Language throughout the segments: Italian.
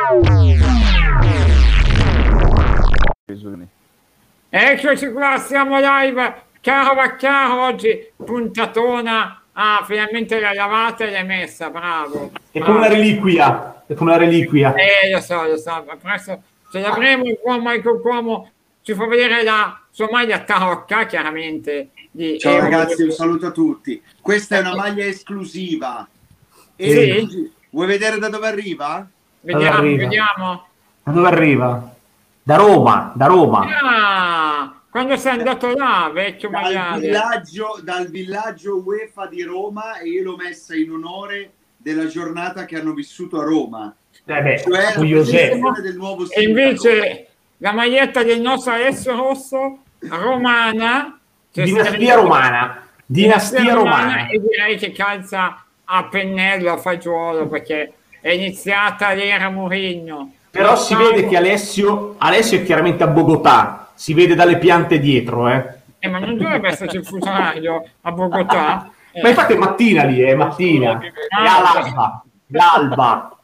Eccoci qua, siamo live, caro Vaccaro, oggi puntatona, finalmente l'hai lavata e l'hai messa, bravo. È come una reliquia, è come una reliquia. Lo so, presto ce l'avremo, il buon Michael Cuomo ci fa vedere la sua maglia tarocca, chiaramente. Ciao ragazzi, un saluto a tutti. Questa è una maglia esclusiva. Sì? Vuoi vedere da dove arriva? Vediamo. Da dove arriva? Da Roma. Quando sei andato là, vecchio maiale? Dal villaggio UEFA di Roma, e io l'ho messa in onore della giornata che hanno vissuto a Roma. Cioè del nuovo e invece la maglietta del nostro Alessio Rosso, romana. Dinastia romana. E direi che calza a pennello, a fagiolo, perché è iniziata l'era Mourinho. Però si vede che Alessio è chiaramente a Bogotà, si vede dalle piante dietro, ma non dovrebbe esserci il fuso orario a Bogotà? Ma infatti è mattina lì, è mattina. È l'alba.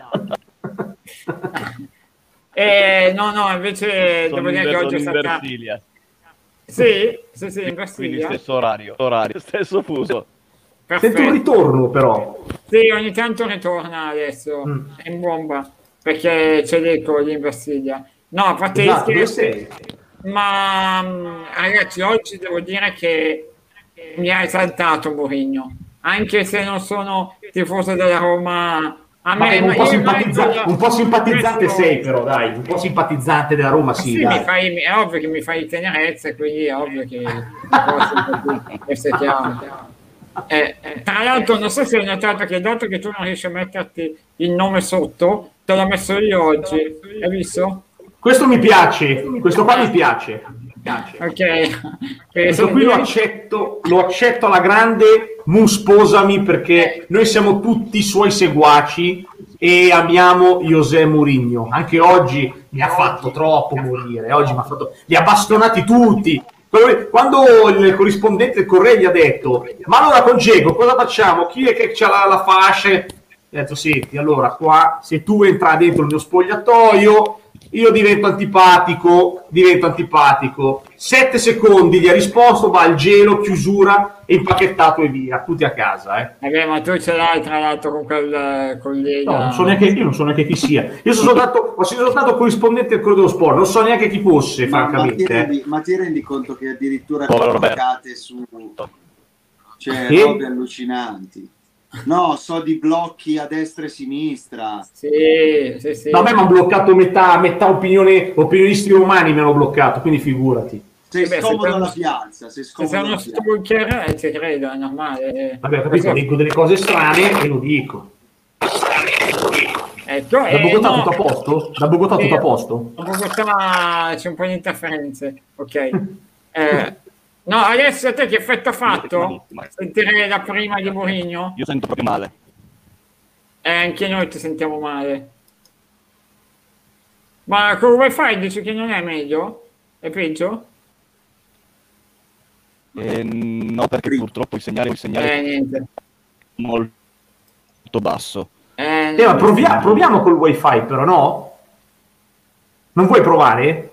No, invece devo dire che oggi è stata... Sì, in Brasilia. Quindi stesso orario, stesso fuso. Perfetto. Sento un ritorno però. Sì, ogni tanto ritorna adesso, è in bomba, perché c'è l'eco lì in Brasilia. No, a parte dove sei? Ma ragazzi, oggi devo dire che mi ha esaltato Mourinho, anche se non sono tifoso della Roma. Un po' simpatizzante sei però, dai, un po' simpatizzante della Roma, sì, dai. È ovvio che mi fai tenerezza, quindi è ovvio che questo è chiaro. Tra l'altro non so se hai notato che dato che tu non riesci a metterti il nome sotto, te l'ho messo io oggi, hai visto? Questo mi piace, questo qua mi piace. Ok, questo qui lo accetto alla grande. Sposami, perché noi siamo tutti suoi seguaci e amiamo José Mourinho. Anche oggi mi ha fatto troppo morire, li ha bastonati tutti. Quando il corrispondente del Corriere gli ha detto: ma allora con Dzeko cosa facciamo? Chi è che c'ha la fascia? Ha detto: senti, allora qua se tu entri dentro il mio spogliatoio io divento antipatico. 7 secondi gli ha risposto, va al gelo, chiusura, impacchettato e via, tutti a casa. Ma tu ce l'hai tra l'altro con quel collega. No, non so neanche chi sia. Io ho soltanto corrispondente del Corriere dello Sport, non so neanche chi fosse, francamente. Ma ti rendi conto che addirittura bloccate su robe allucinanti? No, so di blocchi a destra e sinistra. Sì. No, a me mi hanno bloccato metà opinionisti romani mi hanno bloccato, quindi figurati. Sei scomodo alla piazza. Se sei uno stalker, ci credo, è normale. Vabbè, capito, dico delle cose strane e lo dico. Da Bogotà tutto a posto? Da Bogotà tutto a posto? Da Bogotà c'è un po' di interferenze, ok. No, adesso a te che effetto ha fatto? Sentire la prima di Mourinho? Io sento proprio male. Anche noi ti sentiamo male. Ma con il wifi dici che non è meglio? È peggio? No, perché purtroppo il segnale niente. è molto basso. Ma proviamo col wifi però, no? Non vuoi provare?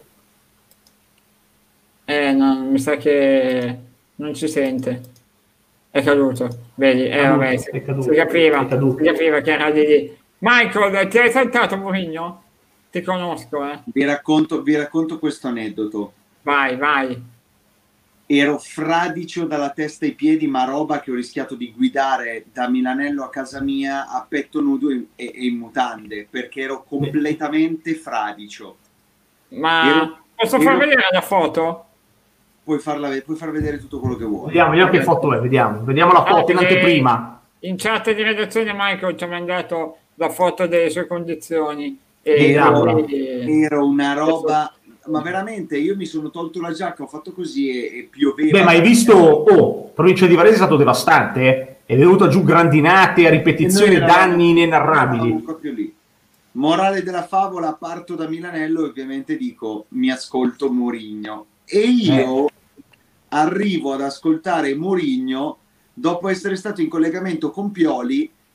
No, mi sa che non ci sente. È caduto. Vedi, vabbè, si capiva che era di lì. Michael, ti hai saltato Mourinho? Ti conosco, Vi racconto questo aneddoto. Vai. Ero fradicio dalla testa ai piedi, ma roba che ho rischiato di guidare da Milanello a casa mia a petto nudo e in mutande, perché ero completamente fradicio. Ma posso far vedere la foto? Puoi far vedere tutto quello che vuoi. Vediamo che foto è, vediamo la foto in anteprima. In chat di redazione Michael ci ha mandato la foto delle sue condizioni. Era una roba, ma veramente io mi sono tolto la giacca, ho fatto così e pioveva. Ma hai visto, provincia di Varese è stato devastante, è venuta giù grandinate a ripetizione, danni inenarrabili. Proprio lì. Morale della favola, parto da Milanello e ovviamente dico mi ascolto Mourinho e io arrivo ad ascoltare Mourinho dopo essere stato in collegamento con Pioli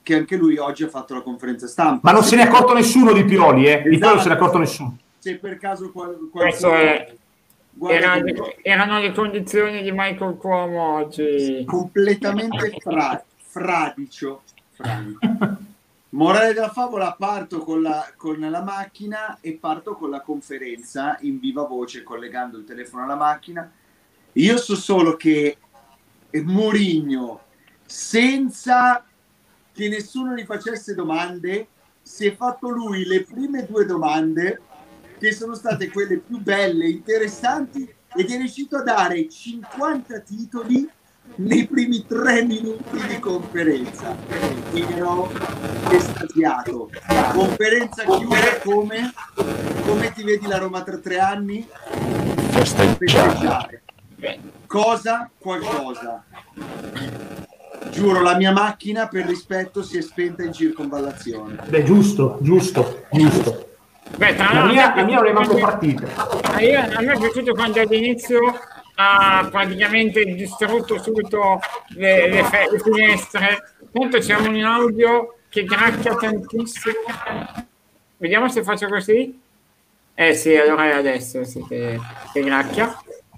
che anche lui oggi ha fatto la conferenza stampa. Ma non se ne è accorto nessuno di Pioli, Di Pioli non se ne è accorto Esatto. nessuno. Se per caso Questo è- guarda come- erano le condizioni di Michael Cuomo oggi. completamente fradicio. Morale della favola, parto con la macchina e parto con la conferenza in viva voce collegando il telefono alla macchina. Io so solo che Mourinho, senza che nessuno gli facesse domande, si è fatto lui le prime 2 domande che sono state quelle più belle, interessanti, ed è riuscito a dare 50 titoli nei primi 3 minuti di conferenza. Ero estasiato. Conferenza chiusa come ti vedi la Roma tra 3 anni? Festeggiare. Qualcosa. Giuro, la mia macchina per rispetto si è spenta in circonvallazione. Beh, giusto. Beh, tra La l'altro, mia non è manco partita. a me è piaciuto quando all'inizio ha praticamente distrutto subito le finestre. Appunto c'è un audio che gracchia tantissimo. Vediamo se faccio così. Sì, allora è adesso sì, che gracchia.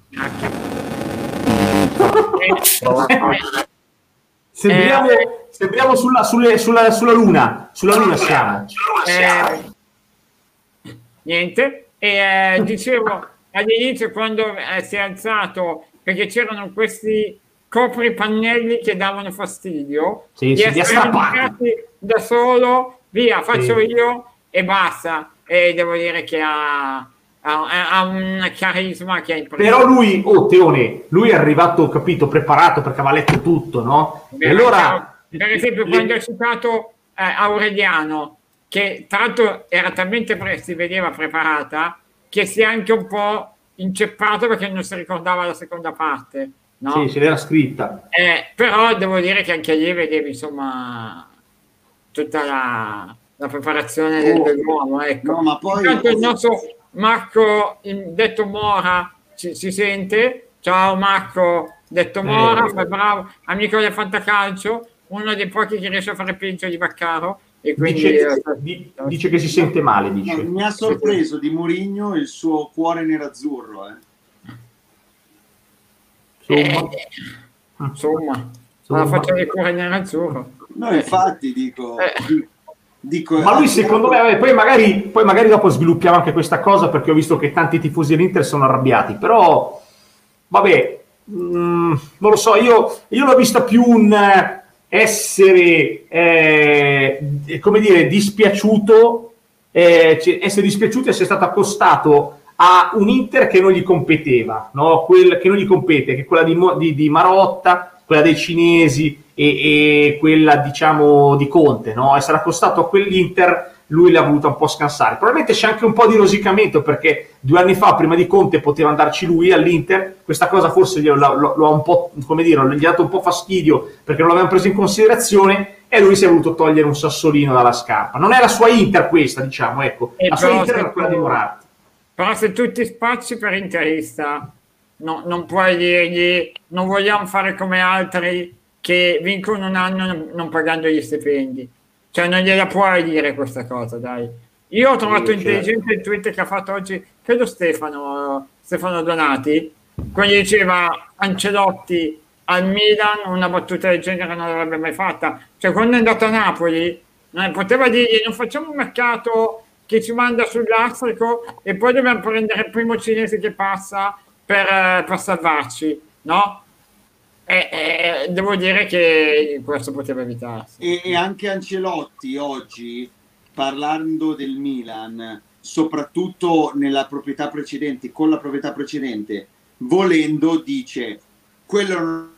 Sembriamo sulla Luna. Sulla Luna siamo. Niente. Dicevo all'inizio quando si è alzato, perché c'erano questi copripannelli che davano fastidio, Sì, di li ha essere strappati. indicati da solo, via, faccio io e basta. E devo dire che ha un carisma che è impressionante. Però lui, Teone, lui è arrivato, capito, preparato perché aveva letto tutto, no? E allora, per esempio, quando ho citato Aureliano, che tra l'altro era talmente si vedeva preparata, che si è anche un po' inceppato perché non si ricordava la seconda parte, no? sì, ce l'era scritta. Però devo dire che anche lì vedevi, insomma, tutta la preparazione dell'uomo, ecco. No, ma poi intanto il nostro Marco, detto Mora, si sente. Ciao Marco, detto Mora, fai bravo, amico del Fantacalcio, uno dei pochi che riesce a fare peggio di Baccaro. E quindi Dice che si sente male, dice. mi ha sorpreso di Mourinho il suo cuore nerazzurro. Insomma, la faccia di cuore nerazzurro. No, infatti dico Ma lui secondo me, vabbè, poi magari dopo sviluppiamo anche questa cosa, perché ho visto che tanti tifosi dell'Inter sono arrabbiati, però vabbè, non lo so, io l'ho vista più un essere come dire dispiaciuto, essere dispiaciuto e essere stato accostato a un Inter che non gli competeva, no? Che non gli compete, che è quella di Marotta, quella dei cinesi e quella, diciamo, di Conte, no? Essere accostato a quell'Inter, lui l'ha voluto un po' scansare. Probabilmente c'è anche un po' di rosicamento, perché 2 anni fa, prima di Conte, poteva andarci lui all'Inter. Questa cosa forse lo ha un po', come dire, gli ha dato un po' fastidio, perché non l'avevamo preso in considerazione, e lui si è voluto togliere un sassolino dalla scarpa. Non è la sua Inter questa, diciamo, ecco. La sua Inter era quella di Moratti. Però se tu ti spacci per interista, non puoi dirgli non vogliamo fare come altri che vincono un anno non pagando gli stipendi. Cioè non gliela puoi dire questa cosa, dai. Io ho trovato intelligente il tweet che ha fatto oggi, credo Stefano Donati, quando diceva Ancelotti al Milan una battuta del genere non l'avrebbe mai fatta. Cioè quando è andato a Napoli poteva dirgli non facciamo un mercato che ci manda sul lastrico e poi dobbiamo prendere il primo cinese che passa per salvarci, no? Devo dire che questo poteva evitarsi. E anche Ancelotti oggi, parlando del Milan, soprattutto nella proprietà precedente, con la proprietà precedente, volendo, dice quello non...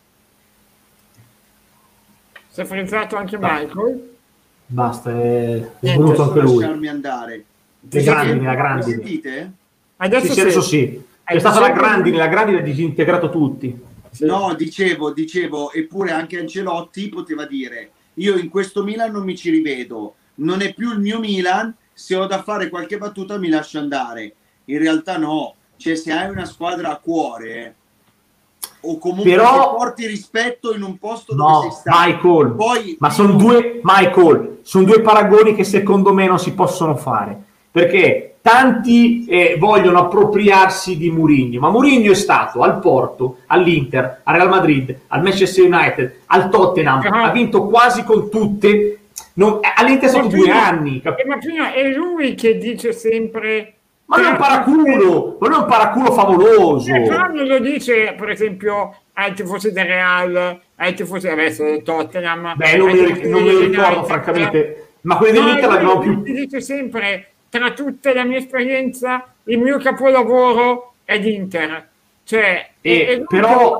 Si è frizzato anche Michael. Basta, è venuto anche lui. Lasciarmi andare. Le grandine, la grandine. Sentite? Adesso sì. È stata la grandine ha disintegrato tutti. Sì. No, dicevo, eppure anche Ancelotti poteva dire io in questo Milan non mi ci rivedo, non è più il mio Milan, se ho da fare qualche battuta mi lascio andare. In realtà no, cioè se hai una squadra a cuore, o comunque Però se porti rispetto in un posto dove sei stato. Michael, Poi, ma sono due paragoni che secondo me non si possono fare, perché tanti vogliono appropriarsi di Mourinho, ma Mourinho è stato al Porto, all'Inter, al Real Madrid, al Manchester United, al Tottenham, ha vinto quasi con tutte. All'Inter è stato 2 anni. Ma prima è lui che dice sempre... Ma lui è un paraculo favoloso. Però non lo dice, per esempio, ai tifosi del Real, ai tifosi adesso del Tottenham. Beh, non me lo ricordo, francamente. Ma quelli dell'Inter l'abbiamo più... Lui dice sempre, tra tutte la mia esperienza, il mio capolavoro è l'Inter. Cioè, però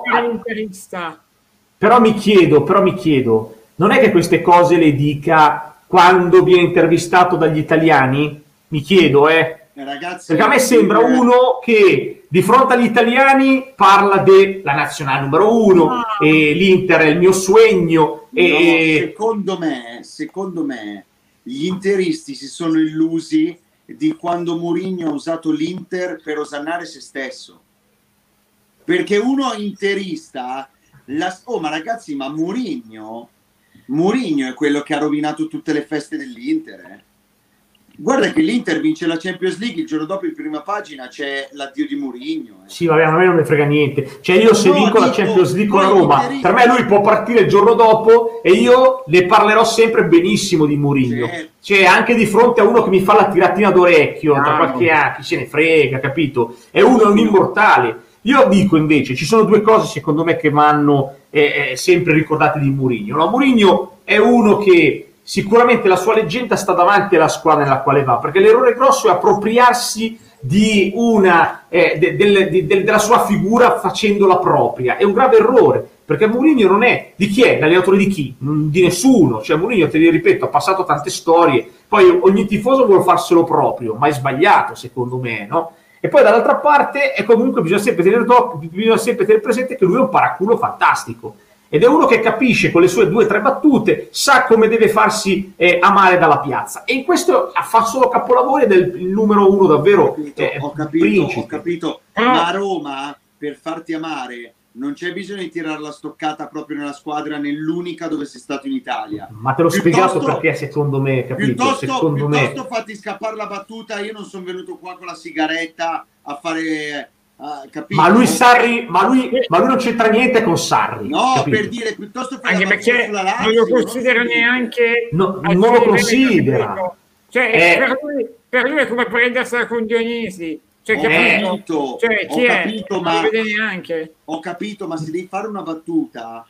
mi chiedo, non è che queste cose le dica quando viene intervistato dagli italiani? Mi chiedo, ragazzi, perché a me sembra uno che di fronte agli italiani parla della nazionale numero 1 e l'Inter è il mio sogno. Secondo me gli interisti si sono illusi di quando Mourinho ha usato l'Inter per osannare se stesso, perché uno interista ma ragazzi, ma Mourinho è quello che ha rovinato tutte le feste dell'Inter. Guarda che l'Inter vince la Champions League, il giorno dopo in prima pagina c'è l'addio di Mourinho. Sì, vabbè, a me non mi frega niente. Cioè io se vinco la Champions League con la Roma, per me lui può partire il giorno dopo e io ne parlerò sempre benissimo di Mourinho. Cioè anche di fronte a uno che mi fa la tiratina d'orecchio tra qualche anno, chi se ne frega, capito? È un immortale. Io dico invece, ci sono 2 cose secondo me che vanno sempre ricordate di Mourinho. No? Mourinho è uno che sicuramente la sua leggenda sta davanti alla squadra nella quale va, perché l'errore grosso è appropriarsi di della sua figura facendola propria. È un grave errore, perché Mourinho non è di chi è, l'allenatore di chi? Di nessuno. Cioè Mourinho, te li ripeto, ha passato tante storie, poi ogni tifoso vuole farselo proprio, ma è sbagliato secondo me, no? E poi dall'altra parte è comunque bisogna sempre tenere presente che lui è un paraculo fantastico ed è uno che capisce con le sue 2 o 3 battute, sa come deve farsi amare dalla piazza, e in questo fa solo capolavori del numero 1 davvero. Ho capito, ma a Roma per farti amare non c'è bisogno di tirare la stoccata proprio nella squadra, nell'unica dove sei stato in Italia. Ma te l'ho spiegato perché secondo me, capito? Piuttosto fatti scappare la battuta, io non sono venuto qua con la sigaretta a fare... capito? Ma lui non c'entra niente con Sarri. No, capito? per dire, piuttosto fai anche perché non lo considera neanche... non lo considera. Cioè, per lui è come prendersela con Dionisi. Cioè, capito? Cioè, chi è? Capito, non lo vede neanche. Ho capito, ma se devi fare una battuta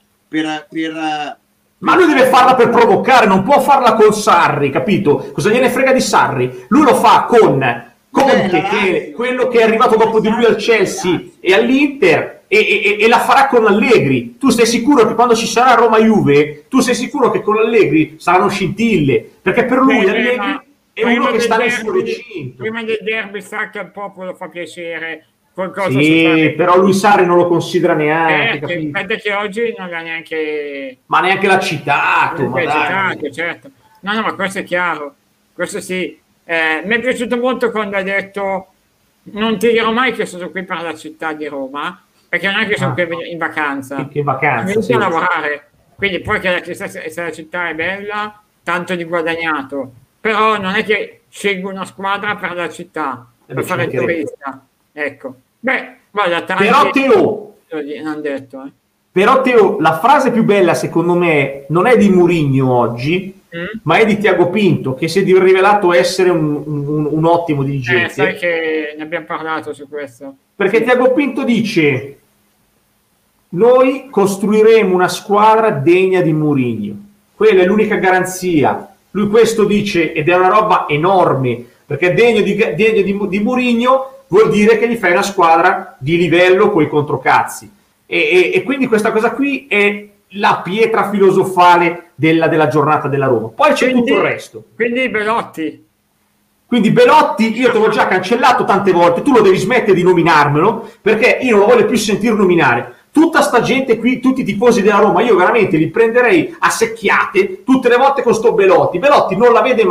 ma lui deve farla per provocare, non può farla con Sarri, capito? Cosa gliene frega di Sarri? Lui lo fa con Conte, che è quello che è arrivato dopo di lui al Chelsea e all'Inter, e la farà con Allegri. Tu sei sicuro che quando ci sarà Roma-Juve, tu sei sicuro che con Allegri saranno scintille? Perché per lui Allegri è uno che sta nel suo recinto. Prima del derby sa che al popolo fa piacere qualcosa. Sì, però lui Sarri non lo considera neanche. Guarda che oggi non l'ha neanche... Ma neanche l'ha citato. Certo. No, ma questo è chiaro. Questo sì. Mi è piaciuto molto quando ha detto non ti dirò mai che sono qui per la città di Roma, perché non è che sono qui in vacanza. Che vacanza, sì. A lavorare. Quindi poi se la città è bella, tanto di guadagnato. Però non è che scelgo una squadra per la città, per fare il turista. Ecco. Beh, guarda, però Teo, hanno detto, Però Teo, la frase più bella secondo me non è di Mourinho oggi, ma è di Tiago Pinto, che si è rivelato essere un ottimo dirigente. Sai che ne abbiamo parlato su questo. Perché Tiago Pinto dice: noi costruiremo una squadra degna di Mourinho. Quella è l'unica garanzia. Lui questo dice, ed è una roba enorme, perché degno di Mourinho vuol dire che gli fai una squadra di livello coi controcazzi. E quindi questa cosa qui è la pietra filosofale della giornata della Roma. Poi c'è tutto il resto. Quindi Belotti, io te l'ho già cancellato tante volte, tu lo devi smettere di nominarmelo, perché io non lo voglio più sentire nominare. Tutta sta gente qui, tutti i tifosi della Roma, io veramente li prenderei a secchiate tutte le volte con sto Belotti. Belotti non la vede mai,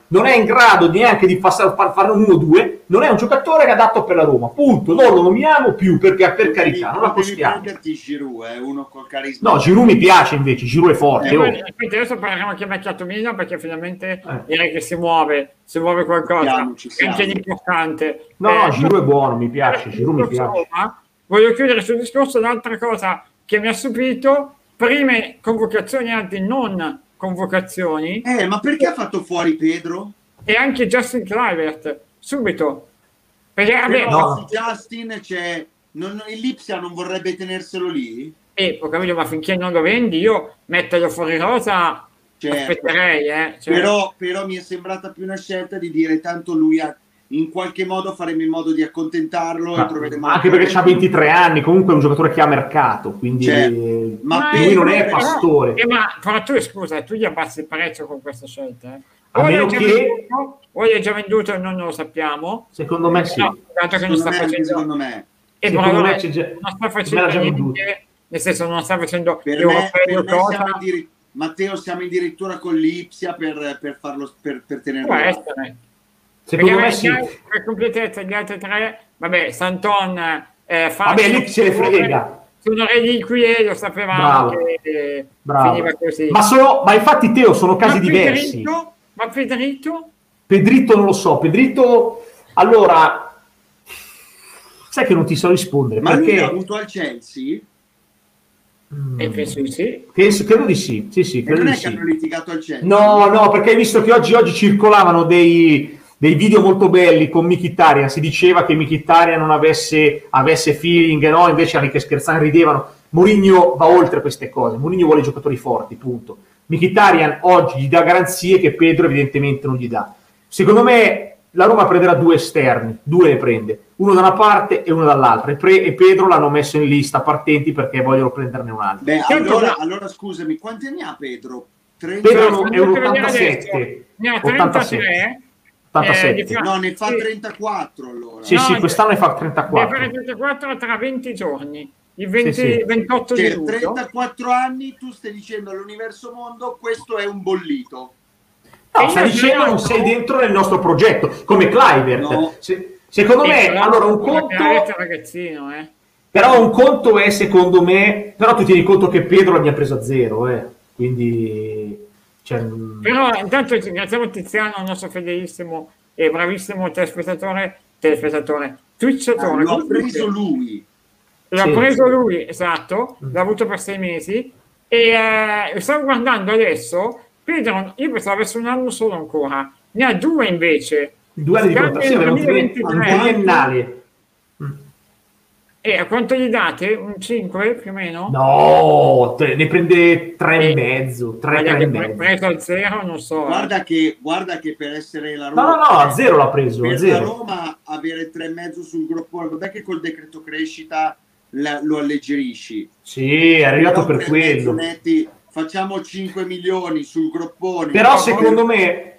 non è in grado neanche di farne un 1-2, non è un giocatore che è adatto per la Roma, punto. Non lo nominiamo più perché, per carità, non la costiamo. Prenderti Giroud, uno col carisma. No, Giroud mi piace invece, Giroud è forte. Quindi adesso parliamo anche vecchiato Milan, perché finalmente direi che si muove qualcosa, anche di importante. No, Giroud è buono, mi piace, Giroud mi piace. Voglio chiudere sul discorso un'altra cosa che mi ha stupito, prime convocazioni, anzi non convocazioni. Ma perché ha fatto fuori Pedro? E anche Justin Kluivert, subito. Perché Justin c'è... il Lipsia non vorrebbe tenerselo lì? Ho capito, ma finché non lo vendi io metterlo fuori rosa, aspetterei. Però mi è sembrata più una scelta di dire tanto lui in qualche modo faremo in modo di accontentarlo e troveremo anche perché ha 23 anni, comunque è un giocatore che ha mercato, quindi ma lui non è Pastore. Però tu scusa, tu gli abbassi il prezzo con questa scelta, A meno che o l'hai già venduto e non lo sappiamo. Secondo me sì. Tanto che non sta facendo, secondo me. E secondo me non sta facendo niente, nel senso non sta facendo per me Matteo, siamo addirittura con l'Ipsia per farlo, per tenerlo. Può essere. Secondo me sì. Per completezza gli altri tre, vabbè, Santon, vabbè, lì se ne frega. Sono reliquie, lo sapevamo che finiva così. Ma infatti Teo sono casi diversi. Ma Pedrito? Pedrito non lo so, Pedrito, allora, sai che non ti so rispondere. Ma perché lui ha avuto al Chelsea? Penso di sì. Credo di sì. Credo non è che hanno litigato al Chelsea? No, perché hai visto che oggi circolavano dei video molto belli con Mkhitaryan, si diceva che Mkhitaryan non avesse feeling, no? Invece anche scherzando ridevano. Mourinho va oltre queste cose, Mourinho vuole giocatori forti, punto. Mkhitaryan oggi gli dà garanzie che Pedro evidentemente non gli dà. Secondo me la Roma prenderà 2 esterni, 2 ne prende, uno da una parte e uno dall'altra, e Pedro l'hanno messo in lista partenti perché vogliono prenderne un altro. Beh, allora scusami, quanti anni ha Pedro? 30... Pedro è un 87, ne ha 33. 87. No, ne fa 34 allora. Sì, quest'anno ne fa 34. Ne fa 34 tra 20 giorni. Il 28 di luglio. 34 anni, tu stai dicendo all'universo mondo, questo è un bollito. No, stai dicendo non sei dentro nel nostro progetto, come Kluivert. No. Secondo me, allora un conto... ragazzino, Però un conto è, secondo me... Però tu tieni conto che Pedro l'abbia preso a 0, quindi... Però intanto ringraziamo Tiziano, il nostro fedelissimo e bravissimo telespettatore, twitchatore. L'ha preso lui. L'ha preso lui, esatto, l'ha avuto per 6 mesi e stavo guardando adesso, Pedro, io pensavo avesse un anno solo ancora, ne ha 2 invece. 2 anni di contrazione, un triennale. E a quanto gli date? Un 5 più o meno? No, ne prende 3,5. 3,5. Preso al 0, non so. Guarda che per essere la Roma... No, a 0 l'ha preso. Per la Roma avere 3,5 sul groppone, vabbè che col decreto crescita lo alleggerisci. Sì, è arrivato per quello. Netti, facciamo 5 milioni sul groppone. Però secondo me,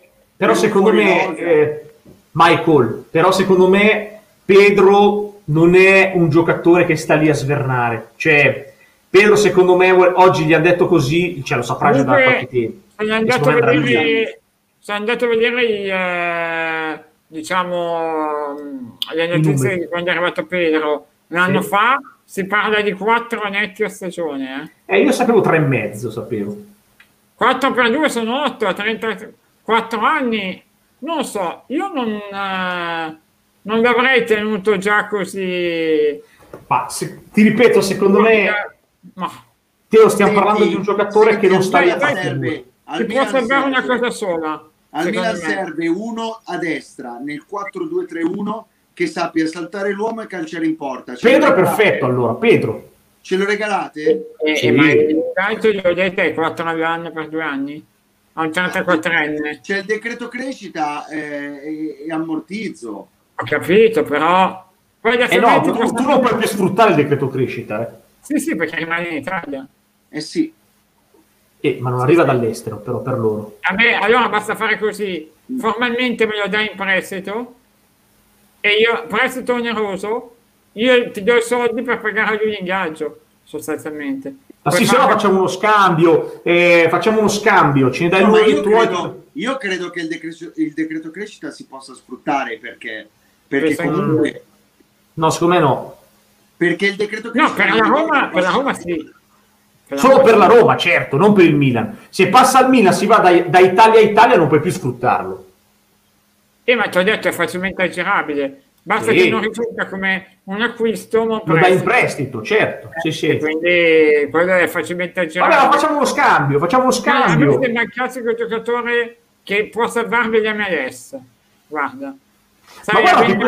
Michael, però secondo me Pedro non è un giocatore che sta lì a svernare. Cioè, Pedro secondo me oggi gli ha detto così, lo saprà già da qualche tempo. Sono andato a vedere diciamo le notizie di quando è arrivato Pedro un anno fa. Si parla di 4 netti a stagione. Io sapevo 3,5, sapevo. 4 per 2 sono 8, a 34 anni. Non lo so, io non l'avrei tenuto già così. Ma ti ripeto, secondo me... Teo, stiamo parlando di un giocatore che non sta lì a fare. Ti può salvare una cosa sola. Al Milan serve uno a destra, nel 4-2-3-1... che sappia saltare l'uomo e calciare in porta. Pedro è perfetto, allora, Pedro. Ce lo regalate? Sì. Ma intanto gli ho detto è 4 anni per 2 anni? A un 34enne. C'è il decreto crescita e ammortizzo. Ho capito, però... tu non puoi più sfruttare il decreto crescita. Sì, perché rimane in Italia. Sì. Ma non arriva dall'estero, però, per loro. Vabbè, allora basta fare così. Formalmente me lo dai in prestito e io, prestito oneroso, io ti do i soldi per pagare lui l'ingaggio, sostanzialmente. Ma sì, se no facciamo uno scambio, ce ne dai No, ma lui e tu. io credo che il decreto crescita si possa sfruttare perché Secondo comunque No, secondo me no. perché il decreto No, crescita per la Roma sì. Solo per la Roma, certo, non per il Milan. Se passa al Milan, si va da Italia a Italia, non puoi più sfruttarlo. Ma ti ho detto è facilmente aggirabile. Basta Sì. che non risulta come un acquisto, ma un Lo dai in prestito. prestito, certo. Sì, sì. Quindi quello è facilmente aggirabile. Vabbè, ma facciamo uno scambio, A me sembra il classico giocatore che può salvarvi l'MLS. Guarda. Ma guarda che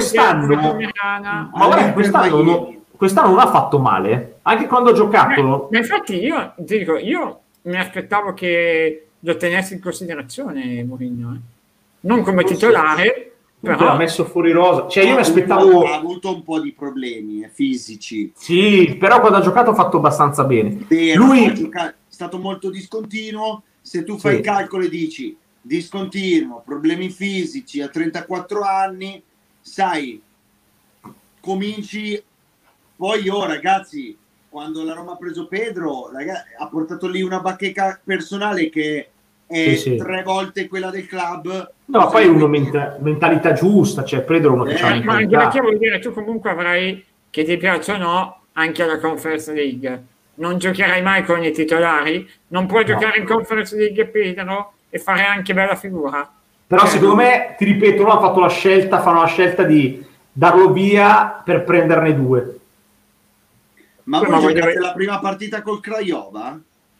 quest'anno non ha fatto male. Anche quando ha giocato. Ma infatti io ti dico, io mi aspettavo che lo tenessi in considerazione Mourinho. Non come titolare, però l'ha messo fuori rosa. Cioè, io mi aspettavo. Ha avuto un po' di problemi fisici. Sì, però quando ha giocato ha fatto abbastanza bene. Vero, Lui è stato molto discontinuo. Se tu fai il calcolo e dici discontinuo, problemi fisici a 34 anni, sai, cominci. Poi ragazzi, quando la Roma ha preso Pedro, ha portato lì una bacheca personale che è 3 volte quella del club. No, poi uno mentalità giusta, cioè Pedro uno che c'ha ma anche perché vuol dire tu comunque avrai, che ti piaccia o no, anche alla Conference League. Non giocherai mai con i titolari, non puoi giocare in Conference League Pedro e fare anche bella figura. Però secondo me, ti ripeto, fanno la scelta di darlo via per prenderne 2. Ma voi giocate la prima partita col Craiova?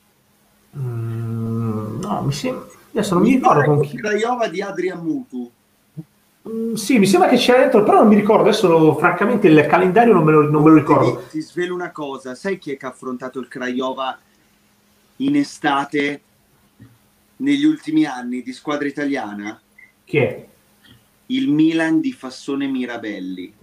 No, mi sembra. Adesso non mi ricordo con chi. Craiova di Adrian Mutu. Sì, mi sembra che c'era dentro, però non mi ricordo. Adesso, francamente, il calendario non me lo ricordo. Ti svelo una cosa: sai chi è che ha affrontato il Craiova in estate negli ultimi anni di squadra italiana? Chi è? Il Milan di Fassone Mirabelli.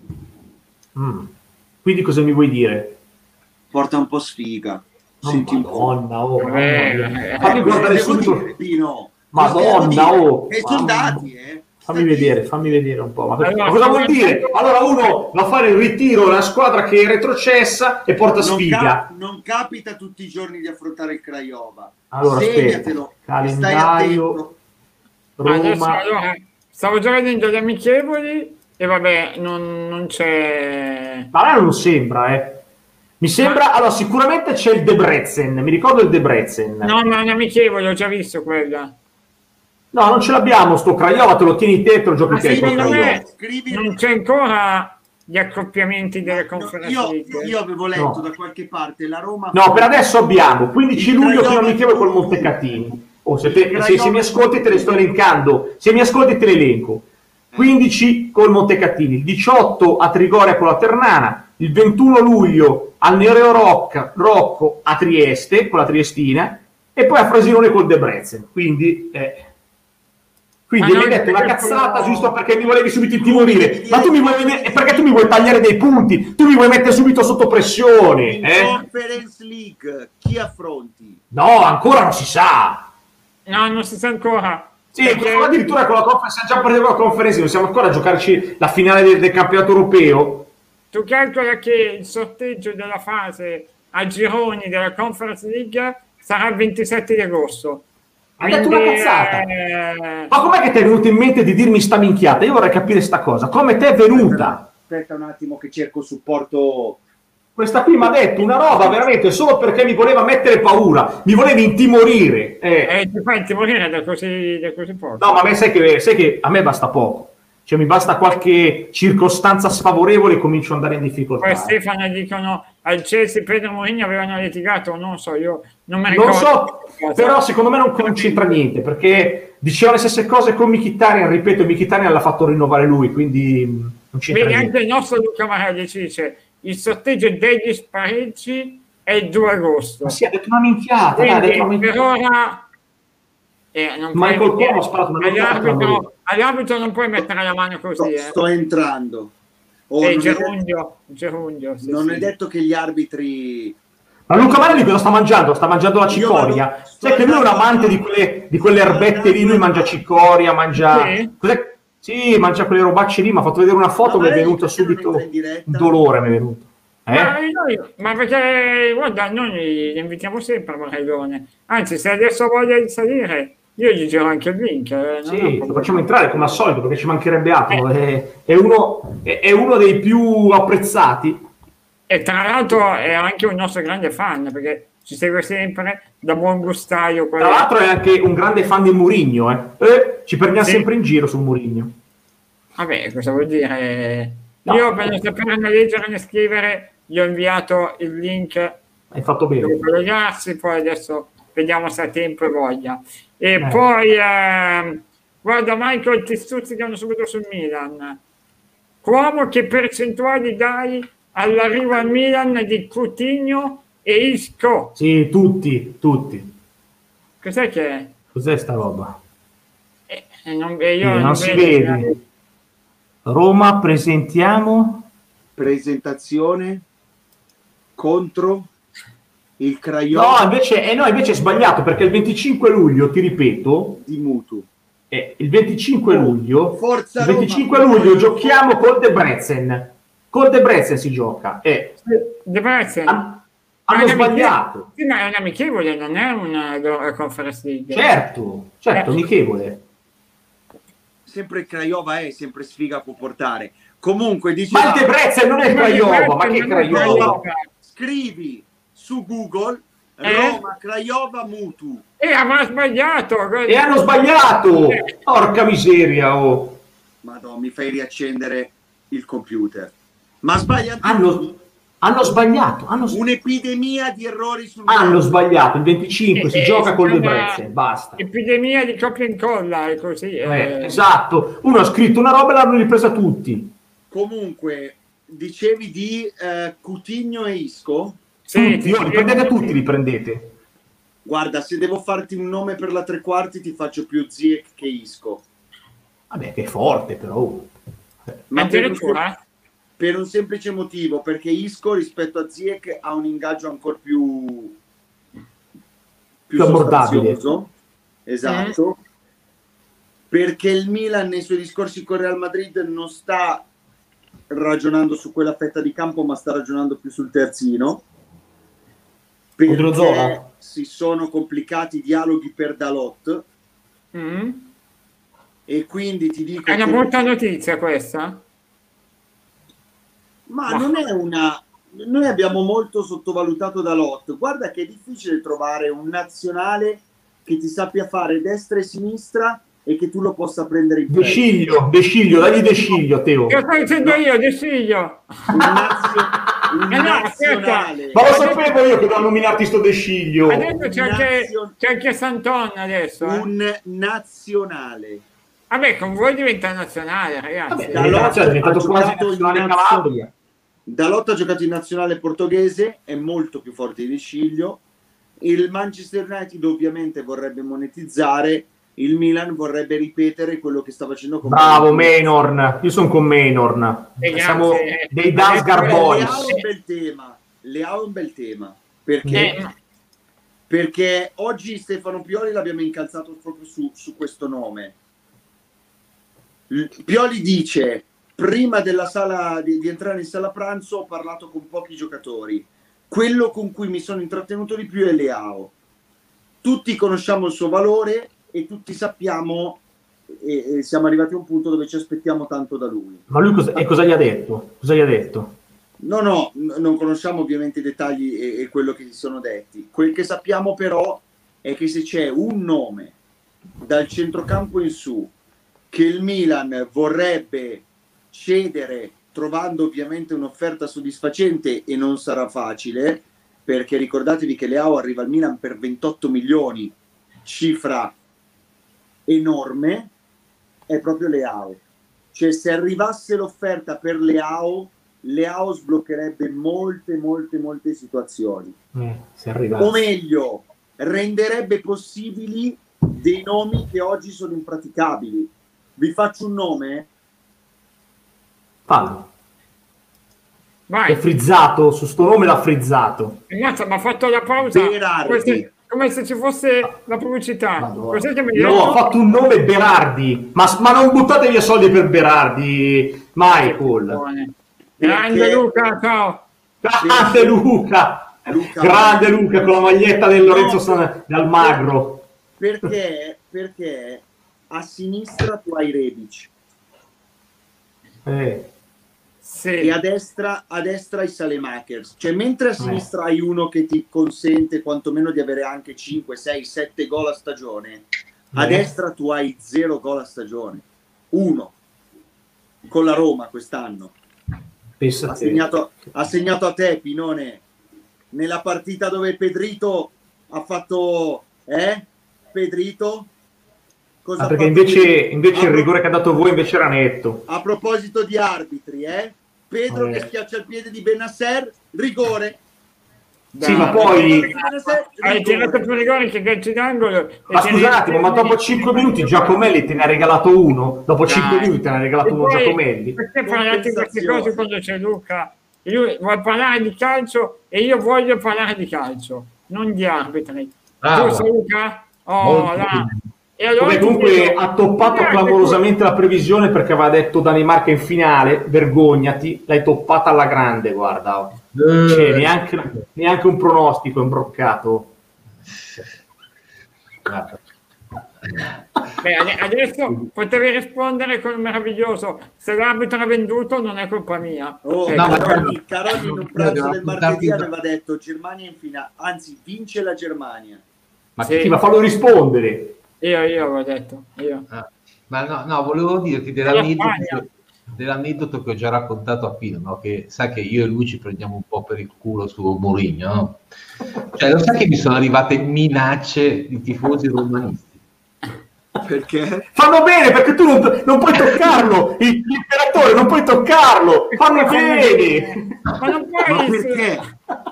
Quindi cosa mi vuoi dire? Porta un po' sfiga. Senti Madonna, fammi guardare subito. Madonna, e soldati, Fammi vedere un po'. Ma cosa vuol dire? Allora uno va a fare il ritiro della squadra che è retrocessa e porta sfiga. Non capita tutti i giorni di affrontare il Craiova. Allora segnatelo, calendario Roma. Adesso, allora, stavo già vedendo gli amichevoli e vabbè, non c'è. Ma non sembra, Mi sembra, allora sicuramente c'è il Debrecen, mi ricordo il Debrecen. No, ma è un amichevole, ho già visto quella. No, non ce l'abbiamo sto Craiova, te lo tieni te lo giochi te. Secondo me non c'è ancora gli accoppiamenti delle conferenze. Io avevo letto da qualche parte la Roma. No, per adesso abbiamo 15 luglio che amichevole col Montecatini. Se mi ascolti te le sto elencando, se mi ascolti te le elenco. 15 col Montecatini, il 18 a Trigoria con la Ternana, il 21 luglio al Nereo Rocco a Trieste con la Triestina e poi a Frosinone col Debrecen. Quindi mi hai detto una cazzata giusto perché mi volevi subito intimorire. Ma tu mi vuoi perché tu mi vuoi tagliare dei punti, tu mi vuoi mettere subito sotto pressione. Conference League, chi affronti? No, ancora non si sa. No, non si sa ancora. Sì, addirittura con la conferenza, già perdevo la conferenza, non siamo ancora a giocarci la finale del campionato europeo. Tu calcola che il sorteggio della fase a gironi della Conference League sarà il 27 di agosto. Hai detto una cazzata. Ma com'è che ti è venuto in mente di dirmi sta minchiata? Io vorrei capire sta cosa. Come ti è venuta? Aspetta un attimo che cerco supporto. Questa qui mi ha detto una roba veramente solo perché mi voleva mettere paura, mi volevi intimorire. Ti fai intimorire da così poco. No, ma a me sai che a me basta poco. Cioè mi basta qualche circostanza sfavorevole e comincio ad andare in difficoltà. Poi Stefano dicono al Chelsea Pedro Mourinho avevano litigato, non so, io non mi ricordo. Non so, però secondo me non c'entra niente, perché diceva le stesse cose con Mkhitaryan, ripeto, Mkhitaryan l'ha fatto rinnovare lui, quindi non c'entra niente. Anche il nostro Luca Marelli ci dice il sorteggio degli spareggi è il 2 agosto. Ma sì, ha detto una minchiata. Quindi, per ora Michael Cuomo ha sparato una minchiata. All'arbitro non puoi mettere la mano così. Sto entrando. Gerundio. Non è detto che gli arbitri... Ma Luca Marelli cosa sta mangiando? Sta mangiando la cicoria. Sai che lui è un amante di quelle erbette lì, lui mangia cicoria, mangia... Sì, mangia quelle robacce lì, mi ha fatto vedere una foto, mi è venuto subito un dolore, mi è venuto. Ma perché, guarda, noi li invitiamo sempre a Morellone. Anzi, se adesso ha voglia di salire, io gli giro anche il link. Non ho Sì, lo problema. facciamo entrare come al solito perché ci mancherebbe altro. È uno dei più apprezzati. E tra l'altro è anche un nostro grande fan, perché ci segue sempre da buon gustaio. Tra l'altro è anche un grande fan di Mourinho. Ci prendiamo sempre in giro su Mourinho. Vabbè, cosa vuol dire? No. Io per non sapere né leggere né scrivere gli ho inviato il link Hai fatto bene. per collegarsi, poi adesso vediamo se ha tempo e voglia. E poi, guarda Michael, ti stuzzicano subito sul Milan. Cuomo, che percentuali dai all'arrivo al Milan di Coutinho e Isco? Sì, tutti. Cos'è che è? Cos'è sta roba? Io non si vede. Roma, presentiamo. Presentazione contro il Craiova invece è sbagliato perché il 25 luglio, ti ripeto, di Mutu. il 25 luglio, Forza il 25 Roma. luglio giochiamo col Debrecen. Col Debrecen si gioca. Debrecen. Hanno sbagliato. Sì, ma è un amichevole, non è una Conference League. Certo, amichevole. Sempre il Craiova sempre sfiga può portare. Comunque dice Ma il Debrecen non è il Craiova, ma che Craiova? Scrivi su Google Roma Craiova Mutu. E avrà sbagliato. E hanno sbagliato. Porca miseria, oh. Madonna, mi fai riaccendere il computer. Ma sbagliano. Hanno sbagliato. Un'epidemia di errori sul Hanno sbagliato. Il 25 si gioca col Debrecen, basta. Epidemia di copia e incolla, è così. Esatto. Uno ha scritto una roba e l'hanno ripresa tutti. Comunque, dicevi di Coutinho e Isco? Sì, riprendete tutti, riprendete. Guarda, se devo farti un nome per la tre quarti ti faccio più Ziyech che Isco. Vabbè, che è forte però. Ma addirittura? Per un semplice motivo, perché Isco rispetto a Ziyech ha un ingaggio ancora più abbordabile. Esatto. Perché il Milan nei suoi discorsi con Real Madrid non sta ragionando su quella fetta di campo, ma sta ragionando più sul terzino. Perché si sono complicati i dialoghi per Dalot. E quindi ti dico... È una brutta notizia questa? Ma non è una... Noi abbiamo molto sottovalutato Dalot. Guarda che è difficile trovare un nazionale che ti sappia fare destra e sinistra e che tu lo possa prendere in prestito. De Sciglio, dagli De Sciglio, Teo. Che sto dicendo io, De Sciglio? Un nazionale. Ma lo sapevo io che devo nominarti sto De Sciglio. Adesso c'è anche Santon adesso. Un nazionale. Vabbè, con voi diventa nazionale, ragazzi. Dalot è diventato quasi nazionale in Calabria. Dalot ha giocato in nazionale portoghese, è molto più forte di De Sciglio. Il Manchester United ovviamente vorrebbe monetizzare, il Milan vorrebbe ripetere quello che sta facendo con Bravo Maynor, io sono con Maynor. Siamo dei Dalsgaard Boys. Leao è un bel tema perché oggi Stefano Pioli l'abbiamo incalzato proprio su questo nome. Pioli dice: prima della sala di entrare in sala pranzo ho parlato con pochi giocatori, quello con cui mi sono intrattenuto di più è Leao. Tutti conosciamo il suo valore e tutti sappiamo e siamo arrivati a un punto dove ci aspettiamo tanto da lui. Ma lui cosa gli ha detto? Cosa gli ha detto? No, non conosciamo ovviamente i dettagli e quello che si sono detti. Quel che sappiamo però è che se c'è un nome dal centrocampo in su che il Milan vorrebbe cedere, trovando ovviamente un'offerta soddisfacente, e non sarà facile, perché ricordatevi che Leao arriva al Milan per 28 milioni, cifra enorme, è proprio Leao. Cioè, se arrivasse l'offerta per Leao sbloccherebbe molte situazioni. Se arrivasse. O meglio, renderebbe possibili dei nomi che oggi sono impraticabili. Vi faccio un nome? Fallo. Vai. È frizzato, su sto nome l'ha frizzato. Ragazzi, ma ha fatto la pausa come se ci fosse la pubblicità. Cos'è che mi No, ha fatto un nome Berardi, ma non buttate via soldi per Berardi, Michael. Grande Luca, ciao. Grande Luca! Grande Luca con la maglietta del Lorenzo Almagro. Perché a sinistra tu hai Rebic Sì. e a destra hai Salemakers, cioè mentre a sinistra hai uno che ti consente quantomeno di avere anche 5, 6, 7 gol a stagione, a destra tu hai 0 gol a stagione, 1 con la Roma quest'anno. Ha segnato a te, Pinone, nella partita dove Pedrito ha fatto Pedrito cosa perché invece il rigore che ha dato voi invece era netto. A proposito di arbitri, Pedro che schiaccia il piede di Benasser, rigore. Sì, ma poi hai tirato più rigore che calci d'angolo. Ma scusa un attimo, ma dopo 5 minuti Giacomelli te ne ha regalato uno. Dopo 5 minuti te ne ha regalato uno Giacomelli. Perché parlate di queste cose quando c'è Luca? Lui vuole parlare di calcio e io voglio parlare di calcio, non di arbitri. Tu sei Luca? E allora comunque ha toppato clamorosamente la previsione perché aveva detto Danimarca in finale, vergognati, l'hai toppata alla grande, guarda. Cioè, neanche un pronostico imbroccato. Beh, adesso potevi rispondere con il meraviglioso: se l'arbitro ha venduto non è colpa mia. Caroni in un pranzo del martedì aveva detto Germania in finale, anzi vince la Germania. Ma ma fallo rispondere. Io avevo detto ma no, volevo dirti dell'aneddoto che ho già raccontato a Pino, no? Che sa che io e lui ci prendiamo un po' per il culo su Mourinho, no? Cioè, lo sai che mi sono arrivate minacce di tifosi romanisti? Perché? Fanno bene, perché tu non puoi toccarlo, l'imperatore non puoi toccarlo, fanno bene. Ma non puoi. Perché?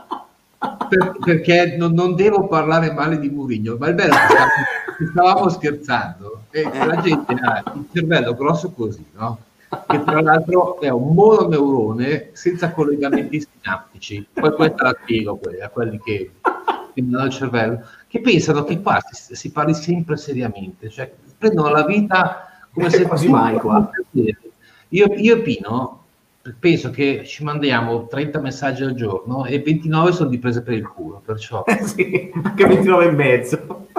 Perché non devo parlare male di Mourinho, ma il bello è che stavamo scherzando e la gente ha il cervello grosso così, no? Che tra l'altro è un mononeurone senza collegamenti sinaptici. Poi questa la spiego a quelli che hanno il cervello, che pensano che qua si parli sempre seriamente, cioè prendono la vita come se quasi mai qua. Io e Pino penso che ci mandiamo 30 messaggi al giorno e 29 sono di prese per il culo, perciò sì, anche 29 e mezzo.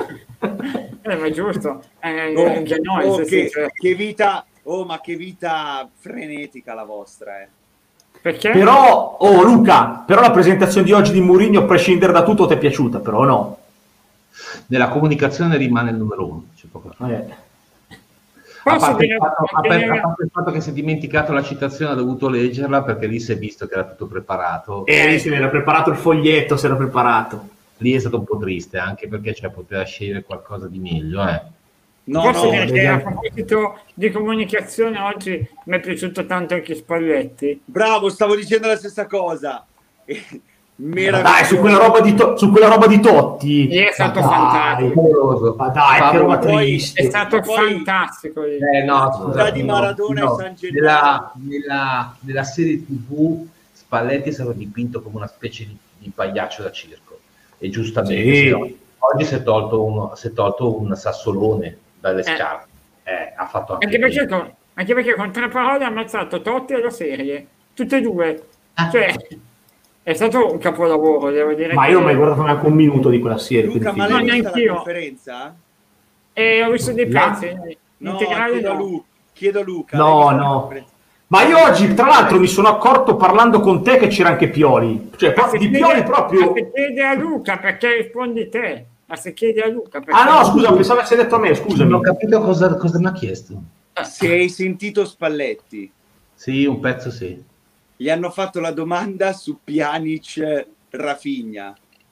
Ma è giusto, anche noi che vita, ma che vita frenetica la vostra, Perché? Però, Luca, però la presentazione di oggi di Mourinho, a prescindere da tutto, ti è piaciuta, però no? Nella comunicazione rimane il numero uno, c'è poco da fare. A parte il fatto che si è dimenticato la citazione, ha dovuto leggerla perché lì si è visto che era tutto preparato. Lì si era preparato il foglietto, si era preparato. Lì è stato un po' triste, anche perché poteva scegliere qualcosa di meglio. Perché a proposito di comunicazione oggi mi è piaciuto tanto anche Spalletti. Bravo, stavo dicendo la stessa cosa. Dai, su quella roba di Totti è stato fantastico. Ma dai, che roba triste. È stato fantastico. Di Maradona e San Gennaro. Nella serie TV Spalletti è stato dipinto come una specie di pagliaccio da circo e giustamente oggi si è tolto un sassolone dalle scarpe. Ha fatto anche perché con 3 parole ha ammazzato Totti e la serie, tutte e due. Cioè, è stato un capolavoro, devo dire. Ma io non ho mai guardato neanche un minuto di quella serie. Luca, ma l'hai vista la conferenza? Ho visto dei pezzi. Chiedo a Luca. No. Ma io oggi, tra l'altro, mi sono accorto parlando con te che c'era anche Pioli. Cioè, di Pioli proprio... Ma se chiede a Luca, perché rispondi te? Ma se chiedi a Luca... no, scusa, pensavo avessi detto a me, scusami. Non ho capito cosa mi ha chiesto. Se hai sentito Spalletti. Sì, un pezzo sì. Gli hanno fatto la domanda su Pjanic Rafinha.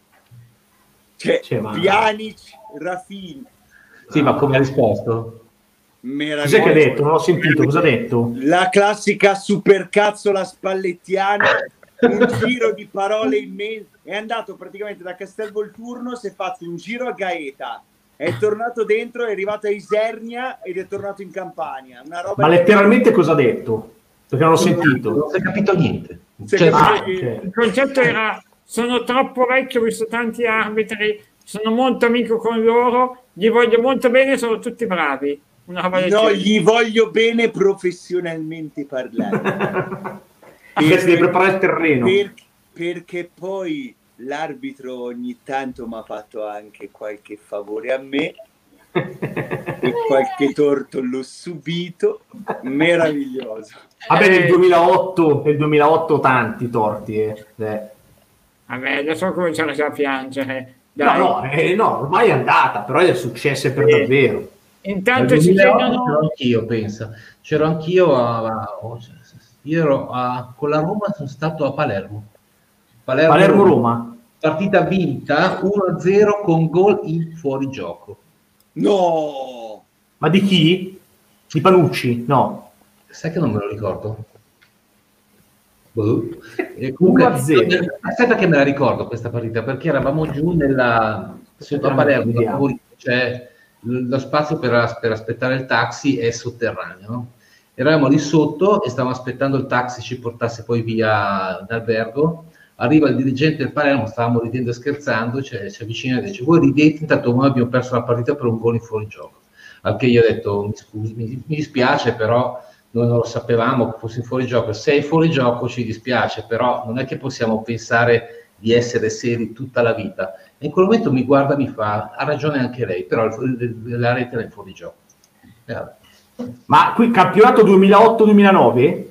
Pjanic Rafinha. Sì, ma come ha risposto? Cos'è che ha detto? Non ho sentito, cosa ha detto? La classica supercazzola spallettiana, un giro di parole immense. È andato praticamente da Castelvolturno, si è fatto un giro a Gaeta, è tornato dentro, è arrivato a Isernia ed è tornato in Campania. Una roba. Ma letteralmente cosa ha detto? Perché non l'ho sentito. Non si è capito niente. Il concetto era: sono troppo vecchio, ho visto tanti arbitri, sono molto amico con loro, gli voglio molto bene, sono tutti bravi. Gli voglio bene professionalmente parlare. Devi preparare il terreno. perché poi l'arbitro ogni tanto mi ha fatto anche qualche favore a me e qualche torto l'ho subito, meraviglioso. Vabbè, nel 2008 tanti torti. Vabbè, adesso cominciano già a piangere. No, Dai. no, ormai è andata, però è successo per davvero. Intanto Nel ci 2008 chiedono... c'ero anch'io, pensa. C'ero anch'io io ero con la Roma, sono stato a Palermo. Palermo-Roma. Partita vinta 1-0 con gol in fuorigioco. No! Ma di chi? Di Panucci? No. Sai che non me lo ricordo. E comunque, 1-0. aspetta che me la ricordo questa partita, perché eravamo giù sotto a Palermo, cioè lo spazio per aspettare il taxi è sotterraneo, no? Eravamo lì sotto e stavamo aspettando il taxi ci portasse poi via d'albergo. Arriva il dirigente del Palermo, stavamo ridendo e scherzando, ci avvicina e dice: voi ridete, intanto noi abbiamo perso la partita per un gol in fuorigioco. Al che io ho detto: mi scusi, mi dispiace, però noi non lo sapevamo che fosse in fuorigioco. Se è in fuorigioco ci dispiace, però non è che possiamo pensare di essere seri tutta la vita. E in quel momento mi guarda e mi fa: ha ragione anche lei, però la rete era in fuorigioco. Ma qui campionato 2008-2009?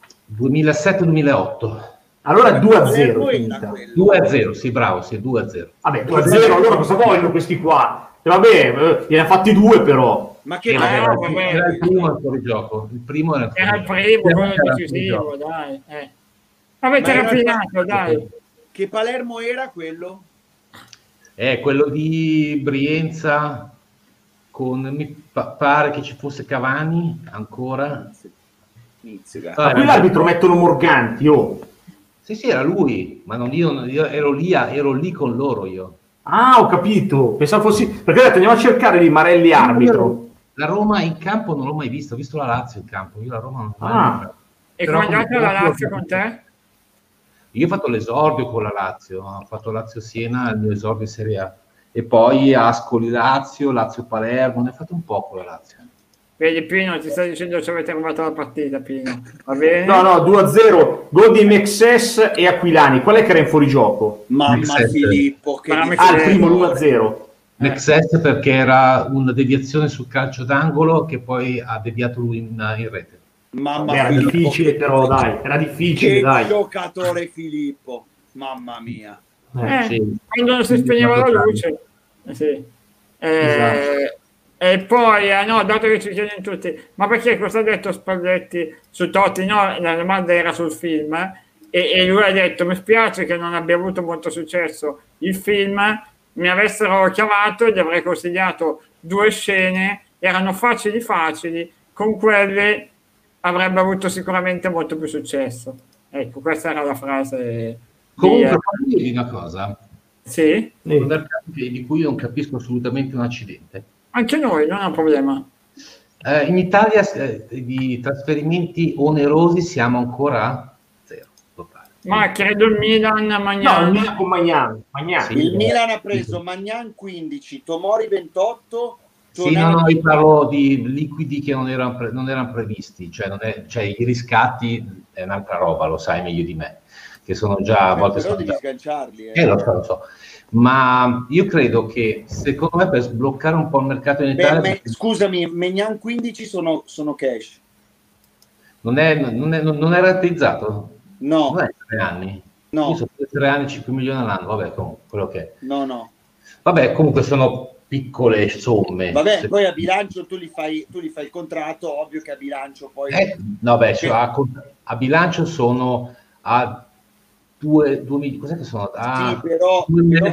2007-2008. Allora 2-0. 2-0, sì, bravo, sì, 2-0. Vabbè, 2-0, allora cosa vogliono questi qua? Vabbè, gliene ha fatti due però. Ma che era il primo al fuorigioco. Il primo era il primo, quello decisivo, dai. Vabbè, c'era Pinato, dai. Che Palermo era quello? Quello di Brienza, mi pare che ci fosse Cavani ancora. Ma qui l'arbitro mettono Morganti, oh. Sì, era lui, ma io ero lì con loro io. Ah, ho capito. Pensavo fossi... Perché ho detto andiamo a cercare di Marelli arbitro. La Roma in campo non l'ho mai vista, ho visto la Lazio in campo. Io la Roma non l'ho mai vista. E come è andata la Lazio con te? Io ho fatto l'esordio con la Lazio, ho fatto Lazio-Siena, il mio esordio in Serie A. E poi Ascoli-Lazio, Lazio-Palermo, ne ho fatto un po' con la Lazio. Vedi Pino, ti stai dicendo che avete rubato la partita, Pino. Va bene? No, 2-0, gol di Mexes e Aquilani. Qual è che era in fuorigioco? Mamma Filippo, che il primo l'1-0. Mexes perché era una deviazione sul calcio d'angolo che poi ha deviato lui in rete. Mamma era Filippo, difficile però, dai, era difficile, che dai. giocatore Filippo, mamma mia. Sì. Quando non si spegneva la luce. Sì. Esatto. E poi, no, dato che ci chiedono tutti, ma perché cosa ha detto Spalletti su Totti? No, la domanda era sul film, e lui ha detto: mi spiace che non abbia avuto molto successo il film, mi avessero chiamato, gli avrei consigliato 2 scene, erano facili, con quelle avrebbe avuto sicuramente molto più successo. Ecco, questa era la frase. Comunque, fammi dire una cosa. Sì? Un mercato di cui io non capisco assolutamente un accidente. Anche noi, non è un problema. In Italia di trasferimenti onerosi siamo ancora a 0 totale. Ma credo il Milan, Magnan. No, il Milan con Magnan. Sì, il Milan ha preso Magnan 15, Tomori 28. Sì, no, io parlo di liquidi che non erano previsti, cioè i riscatti è un'altra roba, lo sai meglio di me, che sono già a volte... Però devi sganciarli. Lo so. Ma io credo che, secondo me, per sbloccare un po' il mercato in Italia... Scusami, Magnan 15 sono cash. Non è rateizzato? No. Non è 3 anni? No. Io sono 3 anni, 5 milioni all'anno, vabbè, comunque, quello che è. No. Vabbè, comunque sono piccole somme. Vabbè, poi a bilancio tu li fai il contratto, ovvio che a bilancio poi... a bilancio sono a 2 cos'è che sono? Sì, però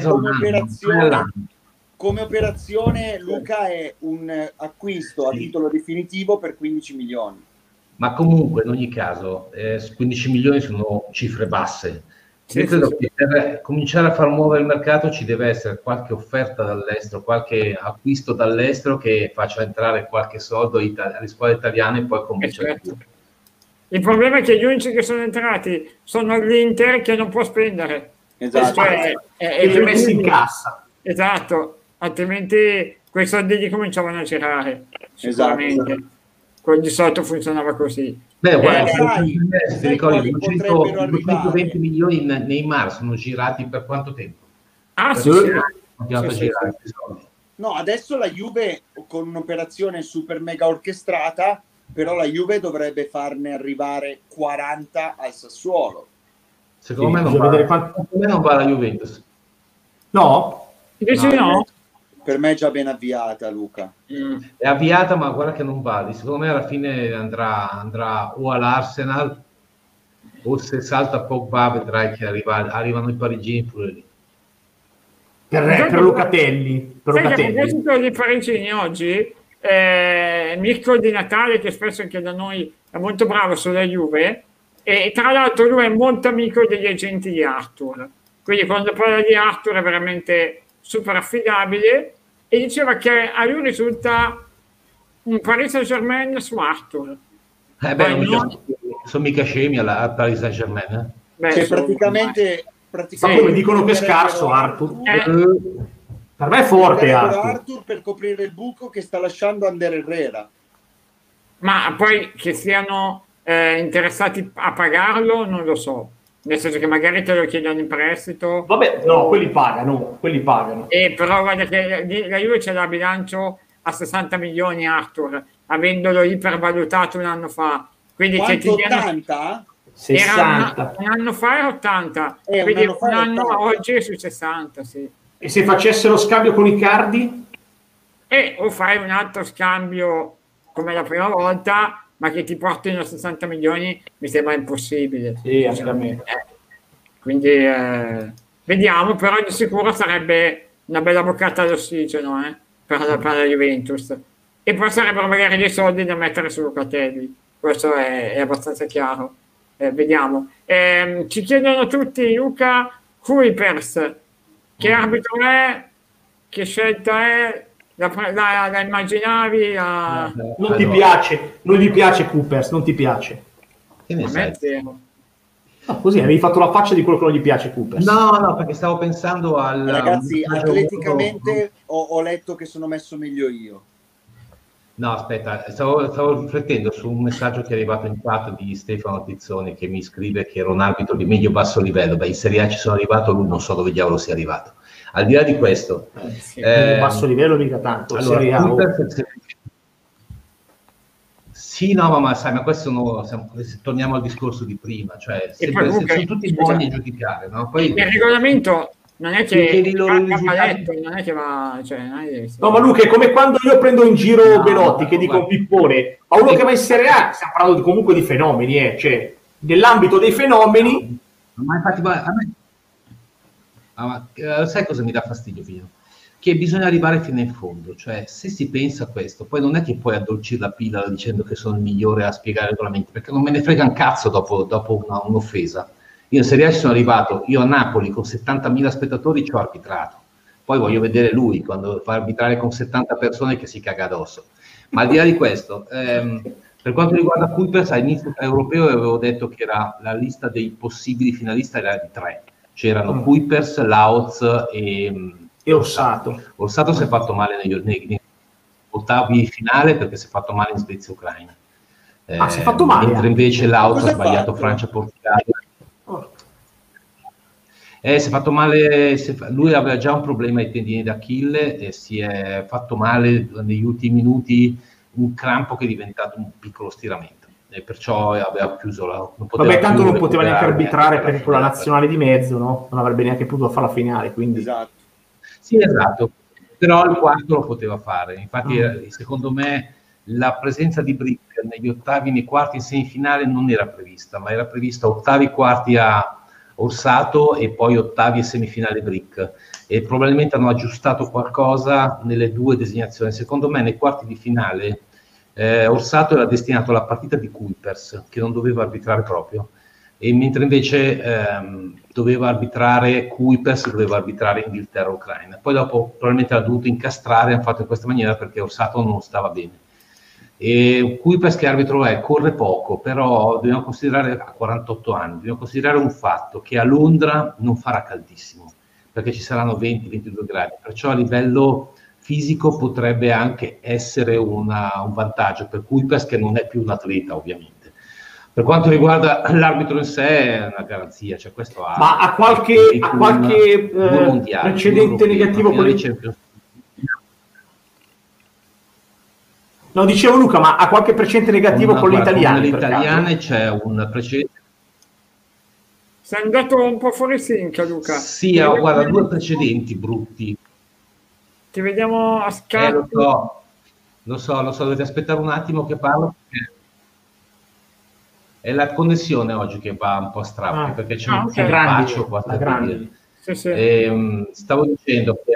come operazione Luca è un acquisto a titolo definitivo per 15 milioni. Ma comunque in ogni caso 15 milioni sono cifre basse. Io credo che per cominciare a far muovere il mercato ci deve essere qualche offerta dall'estero, qualche acquisto dall'estero che faccia entrare qualche soldo alle squadre italiane e poi cominciare. Il problema è che gli unici che sono entrati sono l'Inter, che non può spendere. Esatto. E li messi in cassa. Esatto, altrimenti quei soldi li cominciavano a girare. Sicuramente. Esatto. di solito funzionava così. Beh, guarda, sai se ti ricordi, quali potrebbero 220 arrivare? milioni in Neymar sono girati per quanto tempo? Ah, Per sì, 2 sì. anni hanno continuato a Sì, sì, girare sì. questi soldi. No, adesso la Juve con un'operazione super mega orchestrata, però la Juve dovrebbe farne arrivare 40 al Sassuolo. Secondo Sì, me bisogna vedere quanto- secondo me non va la Juventus. No? Dici No. no? Per me è già ben avviata, Luca. Mm. È avviata, ma guarda che non vale. Secondo me alla fine andrà o all'Arsenal o se salta Pogba vedrai che arrivano i parigini pure lì. Per Locatelli. Per Sai che a Locatelli. proposito di parigini oggi, Mirko Di Natale, che spesso anche da noi è molto bravo sulla Juve, e tra l'altro lui è molto amico degli agenti di Arthur, quindi quando parla di Arthur è veramente super affidabile, e diceva che a lui risulta un Paris Saint-Germain su Arthur. Beh, Poi sono mica scemi al Paris Saint-Germain. Beh, Cioè, insomma, praticamente Ma come dicono che è scarso Arthur? Per me è forte Arthur. Arthur per coprire il buco che sta lasciando Ander Herrera. ma poi che siano interessati a pagarlo, non lo so. Nel senso che magari te lo chiedono in prestito. Vabbè, no, quelli pagano. Però guarda che la Juve ce l'ha a bilancio a 60 milioni Arthur, avendolo ipervalutato un anno fa. Quindi che Quanto, ti diano- 80? 60. un anno fa era 80, un quindi anno fa un era anno 80. oggi è su 60, sì. E se facessero scambio con Icardi? E o fai un altro scambio come la prima volta, ma che ti portino a 60 milioni mi sembra impossibile. Sì, anche a me. Quindi vediamo, però di sicuro sarebbe una bella boccata d'ossigeno per la Juventus. E poi sarebbero magari dei soldi da mettere su Locatelli, questo è abbastanza chiaro. Vediamo. Ci chiedono tutti, Luca, Kuipers, che arbitro è? Che scelta è? La immaginavi? Non ti piace, non gli piace Coopers, non ti piace. Che ne A sai? me zero. No, così avevi fatto la faccia di quello che non gli piace Coopers. No, perché stavo pensando al... Ragazzi, un- atleticamente ho letto che sono messo meglio io. No, aspetta, stavo riflettendo su un messaggio che è arrivato in chat di Stefano Tizzoni che mi scrive che era un arbitro di medio-basso livello. Beh, in Serie A ci sono arrivato, lui non so dove diavolo sia arrivato. Al di là di questo... Sì. Basso livello mica tanto. Allora, Serie A, oh. sì, no, ma sai, ma questo torniamo al discorso di prima, cioè E poi comunque, sono tutti buoni a giudicare, no? Poi il regolamento non è Sì, che vedi loro va a risultati. letto, non è che va, cioè, non è che- No, ma Luca, è come quando io prendo in giro No, Belotti, no, che dico guarda. Pippone, ma uno che va in Serie A, stiamo parlando comunque di fenomeni, cioè, nell'ambito dei fenomeni, ma infatti, sai cosa mi dà fastidio, figlio? Che bisogna arrivare fino in fondo, cioè se si pensa a questo, poi non è che puoi addolcire la pillola dicendo che sono il migliore a spiegare i regolamenti, perché non me ne frega un cazzo dopo un'offesa. Io in Serie A ci sono arrivato, io a Napoli con 70.000 spettatori ci ho arbitrato, poi voglio vedere lui quando fa arbitrare con 70 persone che si caga addosso. Ma al di là di questo, per quanto riguarda Kuipers, all'inizio europeo avevo detto che era la lista dei possibili finalisti era di 3, c'erano Kuipers, Laoz e Orsato. Orsato si è fatto male negli ottavi di finale perché si è fatto male in Svezia e Ucraina. Si è fatto male? Mentre invece Laoz Cosa ha ha sbagliato fatto? Francia-Portogallo. Si è fatto male, lui aveva già un problema ai tendini d'Achille e si è fatto male negli ultimi minuti un crampo che è diventato un piccolo stiramento e perciò aveva chiuso Vabbè, tanto non poteva neanche recuperare arbitrare neanche perché con la nazionale di mezzo, no? Non avrebbe neanche potuto fare la finale, quindi... Esatto. Sì, esatto, però il quarto lo poteva fare. Infatti, secondo me, la presenza di Brick negli ottavi, nei quarti in semifinale non era prevista, ma era prevista ottavi, quarti a Orsato e poi ottavi e semifinale Brick. E probabilmente hanno aggiustato qualcosa nelle due designazioni. Secondo me, nei quarti di finale, Orsato era destinato alla partita di Kuipers, che non doveva arbitrare proprio. E mentre invece doveva arbitrare Kuipers, doveva arbitrare Inghilterra-Ucraina. Poi dopo probabilmente l'ha dovuto incastrare, hanno fatto in questa maniera perché Orsato non stava bene. E Kuipers che arbitro è, corre poco, però dobbiamo considerare, a 48 anni, dobbiamo considerare un fatto che a Londra non farà caldissimo, perché ci saranno 20-22 gradi, perciò a livello fisico potrebbe anche essere un vantaggio per Kuipers, che non è più un atleta ovviamente. Per quanto riguarda l'arbitro in sé è una garanzia, cioè questo Ma ha qualche precedente negativo con le... No, dicevo Luca, ma ha qualche precedente negativo con le italiane? Con le italiane c'è un precedente. Sei andato un po' fuori sync, Luca. Sì, guarda, 2 precedenti brutti. Ti vediamo a scatto. Lo so, dovete aspettare un attimo che parlo. È la connessione oggi che va un po' a strappi, perché c'è un faccio qua. Sì, sì. Stavo dicendo che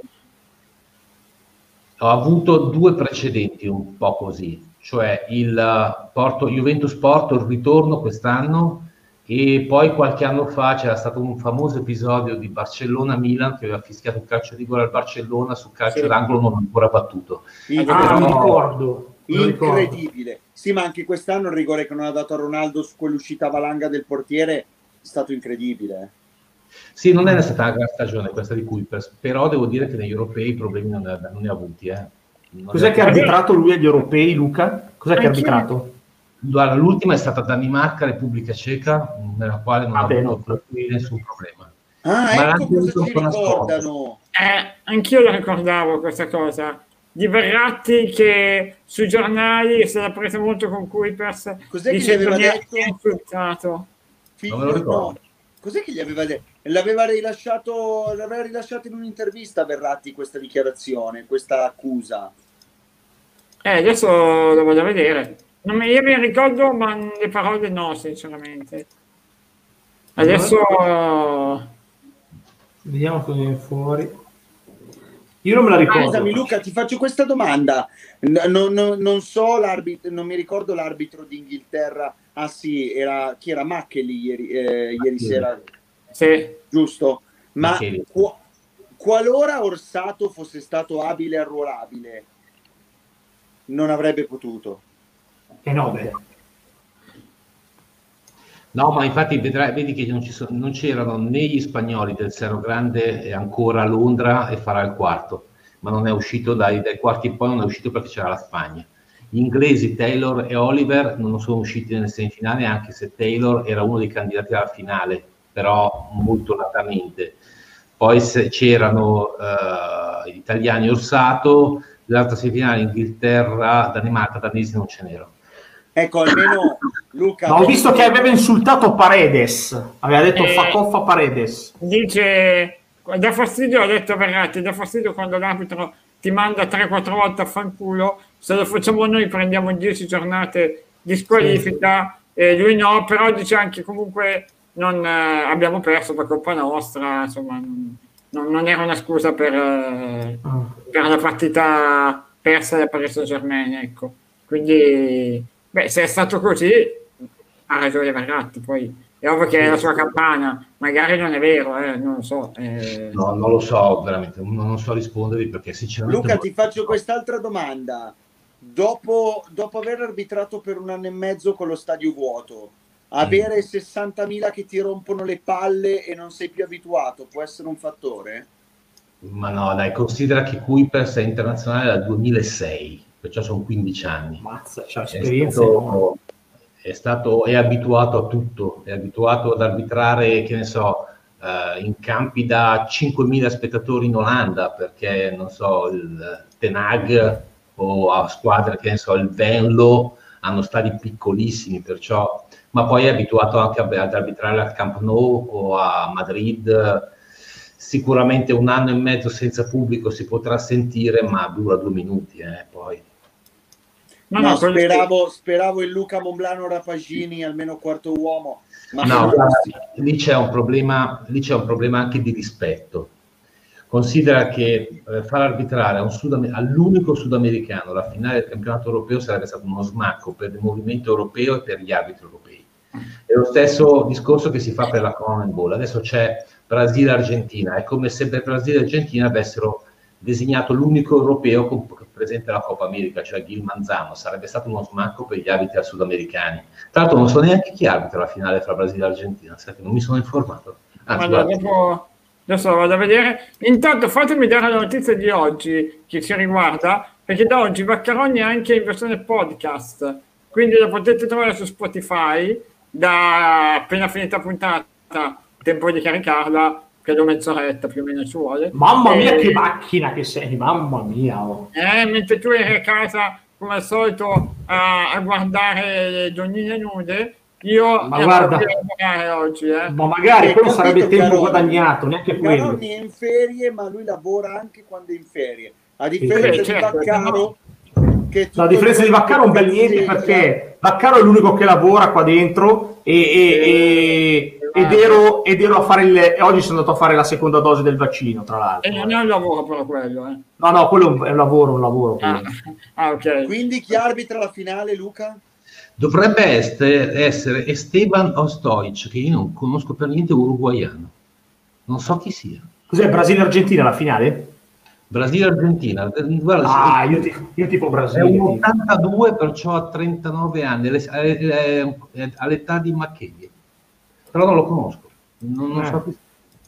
ho avuto 2 precedenti un po' così, cioè il Juventus Porto, il ritorno quest'anno, e poi qualche anno fa c'era stato un famoso episodio di Barcellona-Milan che aveva fischiato un calcio di gol al Barcellona su calcio d'angolo non ancora battuto. Lo ricordo. Incredibile. Sì, ma anche quest'anno il rigore che non ha dato a Ronaldo su quell'uscita valanga del portiere è stato incredibile. Sì, non è stata una gran stagione questa di Kuipers, però devo dire che negli europei i problemi non ne ha avuti. Cos'è che ha arbitrato lui agli europei, Luca? Cos'è che ha arbitrato? Guarda, l'ultima è stata Danimarca, Repubblica Ceca, nella quale non ha avuto nessun problema. Ma ecco cosa ci ricordano. Anch'io lo ricordavo questa cosa. Di Verratti che sui giornali se l'ha presa molto con Kuipers. Cos'è che gli aveva detto? Insultato. Non me lo ricordo. No. Cos'è che gli aveva detto? L'aveva rilasciato in un'intervista a Verratti questa dichiarazione, questa accusa. Adesso lo vado a vedere. Non io mi ricordo, ma le parole no, sinceramente. Adesso vediamo cosa viene fuori. Io non me la ricordo. Scusami Luca, ti faccio questa domanda. Non so l'arbitro, non mi ricordo l'arbitro d'Inghilterra. Ah sì, chi era Macchelly ieri sera. Sì. Giusto? Ma qualora Orsato fosse stato abile e arruolabile, non avrebbe potuto. No, ma infatti vedi che non c'erano né gli spagnoli del Cerro Grande e ancora a Londra e farà il quarto, ma non è uscito dai quarti in poi, non è uscito perché c'era la Spagna. Gli inglesi Taylor e Oliver non sono usciti nelle semifinali, anche se Taylor era uno dei candidati alla finale, però molto latamente. Poi c'erano gli italiani Orsato, l'altra semifinale Inghilterra, Danimarca, danesi non ce n'erano. Ecco, almeno Luca... Ma ho visto che aveva insultato Paredes, aveva detto fa Paredes. Dice, dà fastidio, ha detto Verratti, dà fastidio quando l'arbitro ti manda 3-4 volte a fanculo, se lo facciamo noi prendiamo 10 giornate di squalifica, e lui no, però dice anche comunque non abbiamo perso per colpa nostra, insomma non era una scusa per la partita persa da Paris Saint-Germain, ecco. Quindi se è stato così ha ragione Verratti, poi è ovvio che è la sua campana, magari non è vero, non lo so. No, non lo so, veramente, non so rispondervi perché sinceramente... Luca, ti faccio quest'altra domanda. Dopo aver arbitrato per 1 anno e mezzo con lo stadio vuoto, avere 60.000 che ti rompono le palle e non sei più abituato può essere un fattore? Ma no, dai, considera che Kuipers è internazionale dal 2006, perciò sono 15 anni. Mazza, c'ha esperienza. È abituato a tutto, è abituato ad arbitrare, che ne so, in campi da 5.000 spettatori in Olanda, perché, non so, il Ten Hag o a squadre, che ne so, il Venlo, hanno stadi piccolissimi, perciò... Ma poi è abituato anche ad arbitrare al Camp Nou o a Madrid. Sicuramente 1 anno e mezzo senza pubblico si potrà sentire, ma dura 2 minuti, poi... No, speravo il Luca Monblano Rapagini almeno quarto uomo. Ma no, lì c'è un problema anche di rispetto. Considera che far arbitrare all'unico sudamericano la finale del campionato europeo sarebbe stato uno smacco per il movimento europeo e per gli arbitri europei. È lo stesso discorso che si fa per la CONMEBOL. Adesso c'è Brasile-Argentina, è come se per Brasile e Argentina avessero designato l'unico europeo presente alla Coppa America, cioè Gil Manzano. Sarebbe stato uno smacco per gli arbitri sudamericani. Tra l'altro non so neanche chi arbitra la finale fra Brasile e Argentina, sai che non mi sono informato. Anzi, Adesso lo vado a vedere. Intanto fatemi dare la notizia di oggi che ci riguarda, perché da oggi Vaccaroni è anche in versione podcast, quindi lo potete trovare su Spotify da appena finita puntata, tempo di caricarla, credo mezz'oretta più o meno ci vuole. Mamma mia, E- che macchina che sei, mamma mia. Oh. mentre tu eri a casa, come al solito, a guardare le donnine nude, io Ma ero guarda. qui a lavorare oggi, Ma magari quello capito, sarebbe tempo Caroni? guadagnato, neanche quello. Caroni è in ferie, ma lui lavora anche quando è in ferie. A Sì, differenza di certo, Vaccaro, che No, a differenza di Vaccaro un bel niente, perché Vaccaro è l'unico che lavora qua dentro ed ero a fare e oggi sono andato a fare la seconda dose del vaccino, tra l'altro. E non è un lavoro però quello, eh. No, quello è un lavoro. Ah, quello. ok. Quindi chi arbitra la finale, Luca? Dovrebbe essere Esteban Ostojic, che io non conosco per niente, uruguaiano. Non so chi sia. Cos'è, Brasile-Argentina la finale? Brasile-Argentina. Guarda, Ah, io tipo è Brasile. un 82, perciò ha 39 anni, all'età di McKenzie. Però non lo conosco. Non so chi sia.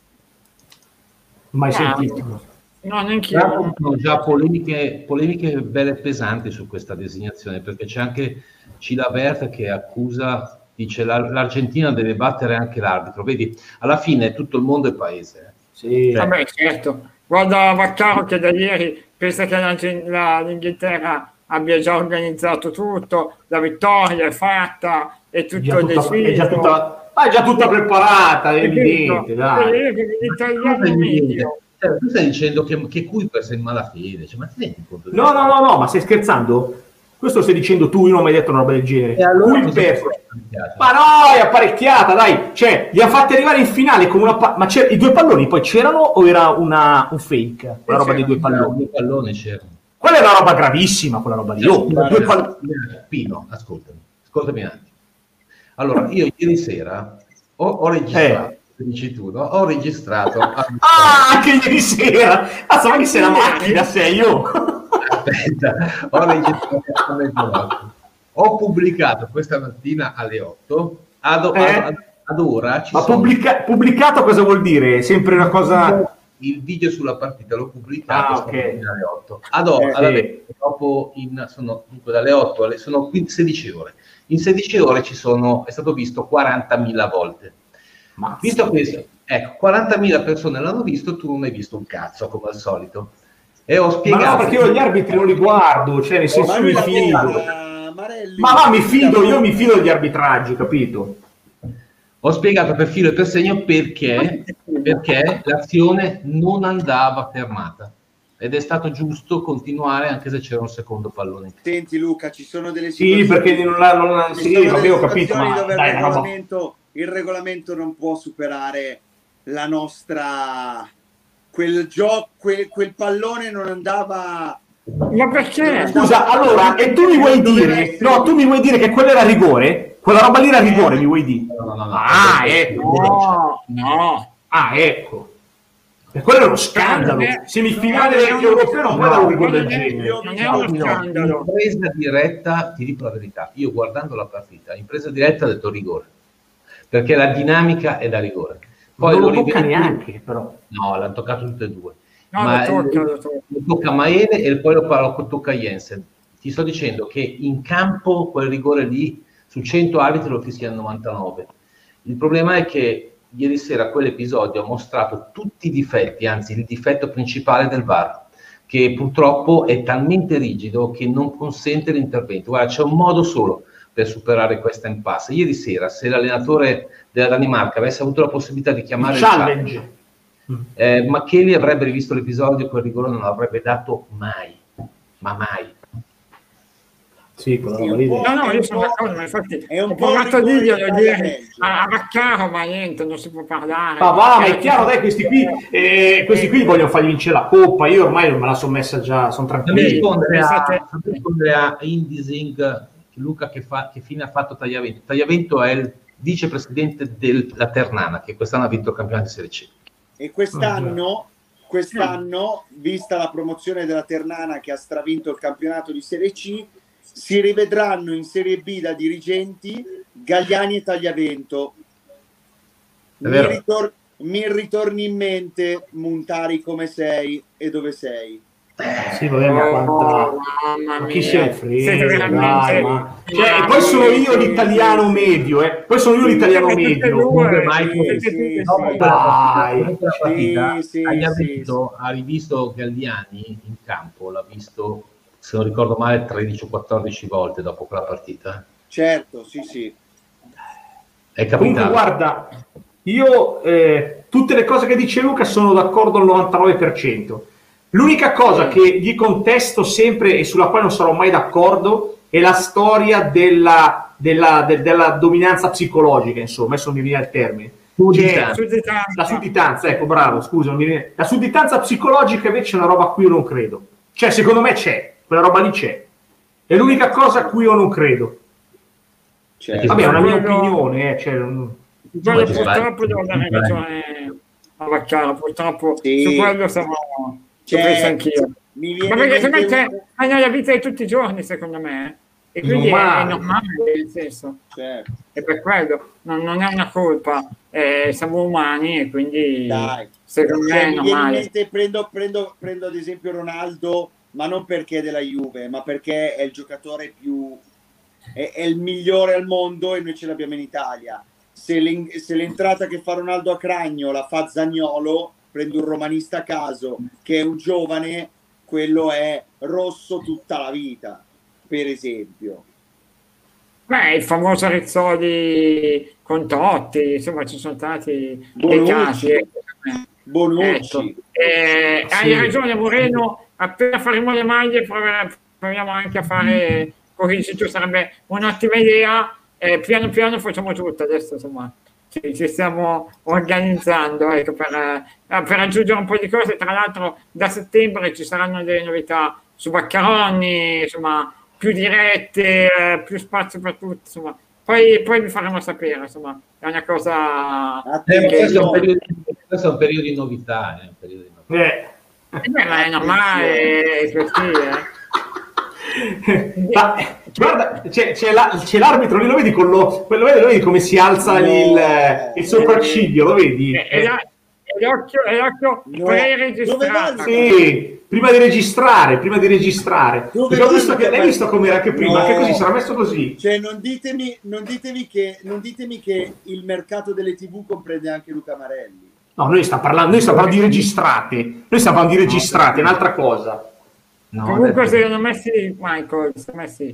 Mai Ah, sentito. no, neanch'io. Sono già polemiche belle e pesanti su questa designazione, perché c'è anche Chilavert che accusa, dice l'Argentina deve battere anche l'arbitro. Vedi, alla fine tutto il mondo è paese. Sì. Vabbè, certo. Guarda Vaccaro che da ieri pensa che l'Inghilterra abbia già organizzato tutto, la vittoria è fatta, è tutto deciso. È già tutta preparata, è evidente, dai. L'italiano medio. Tu stai dicendo che Kuipers è in malafede, cioè, ma ti rendi conto di No, ma stai scherzando? Questo lo stai dicendo tu, io non ho mai detto una roba del genere. E allora Kuipers- cosa ti piace? Ma no, è apparecchiata, dai. Cioè, li ha fatti arrivare in finale con una ma i due palloni poi c'erano o era un fake? Quella roba dei due palloni. Due palloni c'erano. Quella è una roba gravissima, quella roba lì. Oh, due palloni. Pino, ascoltami un attimo. Allora, io ieri sera ho registrato, dici tu, no? Ho registrato. Ah, anche ieri sera. Ma che sei una macchina, sei io. Aspetta, ho registrato a mezzanotte. Ho pubblicato questa mattina alle 8. Ad ora ci Ma sono pubblicato cosa vuol dire? Sempre una cosa. il video sulla partita, l'ho pubblicato stamattina alle 8. Dopo sono dunque dalle 8 sono 16 ore. In 16 ore è stato visto 40.000 volte. Ma Visto questo, ecco, 40.000 persone l'hanno visto, tu non hai visto un cazzo come al solito. E ho Ma spiegato. no, perché io gli arbitri non li guardo, cioè nel senso mi fido. Io mi fido degli arbitraggi, capito? Ho spiegato per filo e per segno perché l'azione non andava fermata ed è stato giusto continuare anche se c'era un secondo pallone. Senti Luca, ci sono delle Sì, perché non ci sono vabbè, delle ho capito, situazioni ma dove dai, il regolamento non può superare la nostra quel pallone non andava. Ma perché? Scusa, allora, e tu mi vuoi dire, no, tu mi vuoi dire che quello era rigore? Quella roba lì era rigore, mi vuoi dire? No. Ah, ecco. No. Ah, ecco. E quello è uno scandalo. Semifinale europeo non può dare un rigore del genere. Non è uno scandalo. In presa diretta, ti dico la verità, io guardando la partita, in presa diretta ho detto rigore, perché la dinamica è da rigore. Poi non lo l'ho tocca rivisto- neanche, però. No, l'hanno toccato tutte e due. No, Ma lo tocca Maele e poi lo tocca Jensen. Ti sto dicendo che in campo quel rigore lì su 100 arbitri lo fischiano 99. Il problema è che ieri sera quell'episodio ha mostrato tutti i difetti, anzi il difetto principale del VAR, che purtroppo è talmente rigido che non consente l'intervento. Guarda, c'è un modo solo per superare questa impasse. Ieri sera, se l'allenatore della Danimarca avesse avuto la possibilità di chiamare il Challenge. McKennie avrebbe rivisto l'episodio, quel rigore non l'avrebbe dato mai, ma mai. Sì, quella roba lì. No, io sono d'accordo, ma infatti è un ho po' provato a rigore dirglielo di ieri peggio. a Vaccaro, ma niente, non si può parlare. Ma è chiaro, dai, questi qui vogliono fargli vincere la coppa. Io ormai non me la sono messa già, sono Fammi tranquillo. rispondere a Indising, Luca, che fine ha fatto Tagliavento. Tagliavento è il vicepresidente della Ternana, che quest'anno ha vinto il campionato di Serie C. E quest'anno, vista la promozione della Ternana che ha stravinto il campionato di Serie C, si rivedranno in Serie B da dirigenti Gagliani e Tagliavento. È vero. mi ritorni in mente Montari come sei e dove sei. Sì, vabbè, ma quanta... mamma Ma mia. chi se ne Siete frega, veramente- dai, ma... Cioè, e poi sono io l'italiano medio, Poi sono io l'italiano Siete tutte e medio. due, Michael, siete tutte e dopo due. Dai. dopo quella partita, Sì, ha rivisto Galliani in campo, l'ha visto, se non ricordo male, 13 o 14 volte dopo quella partita. Certo, sì. È Comunque, capitato. guarda, io tutte le cose che dice Luca sono d'accordo al 99%. L'unica cosa che gli contesto sempre e sulla quale non sarò mai d'accordo è la storia della dominanza psicologica, insomma, adesso mi viene il termine. Sudditanza. La sudditanza, ecco, bravo, scusa, la sudditanza psicologica invece è una roba a cui io non credo. Cioè, secondo me c'è, quella roba lì c'è. È l'unica cosa a cui io non credo. Certo. Vabbè, è una mia Quello- opinione, cioè, Quello ci purtroppo sbagli. devo dare ragione a Vaccaro, purtroppo Sì. su quello siamo Cioè, penso anch'io. mi Ma viene perché in secondo me mente c'è nella vita di tutti i giorni, secondo me, e quindi è Normale. normale, nel senso, certo. è per quello, non è una colpa, siamo umani e quindi Dai. secondo me Cioè, è mi viene in normale. mente, prendo ad esempio Ronaldo, ma non perché è della Juve, ma perché è il giocatore più è il migliore al mondo e noi ce l'abbiamo in Italia. Se l'entrata che fa Ronaldo a Cragno la fa Zaniolo, prendo un romanista a caso che è un giovane, quello è rosso tutta la vita, per esempio. Beh, il famoso Rizzoli con Totti, insomma ci sono stati dei Bonucci. casi. Bonucci. Ecco. Hai ragione Moreno, appena faremo le maglie proviamo anche a fare così, il sito sarebbe un'ottima idea, piano piano facciamo tutto, adesso insomma ci stiamo organizzando, ecco, per aggiungere un po' di cose. Tra l'altro da settembre ci saranno delle novità su Vaccaroni, insomma più dirette, più spazio per tutti, insomma poi vi faremo sapere, insomma è una cosa A che te, Questo no. è un periodo di novità. beh, ma è normale, è così, Ma, guarda, c'è l'arbitro lì, lo vedi, lo vedi come si alza il sopracciglio, lo vedi? E l'occhio No. pre-registrato. Dove va? Sì, prima di registrare. Dove Perché ho va visto Luca l'hai visto come era anche prima, No. che così sarà messo così. Cioè, non ditemi che il mercato delle TV comprende anche Luca Marelli. No, noi stiamo parlando di registrate. Noi stiamo parlando di registrate, è un'altra cosa. No, Comunque adesso- se erano messi Michael, secondo me sì.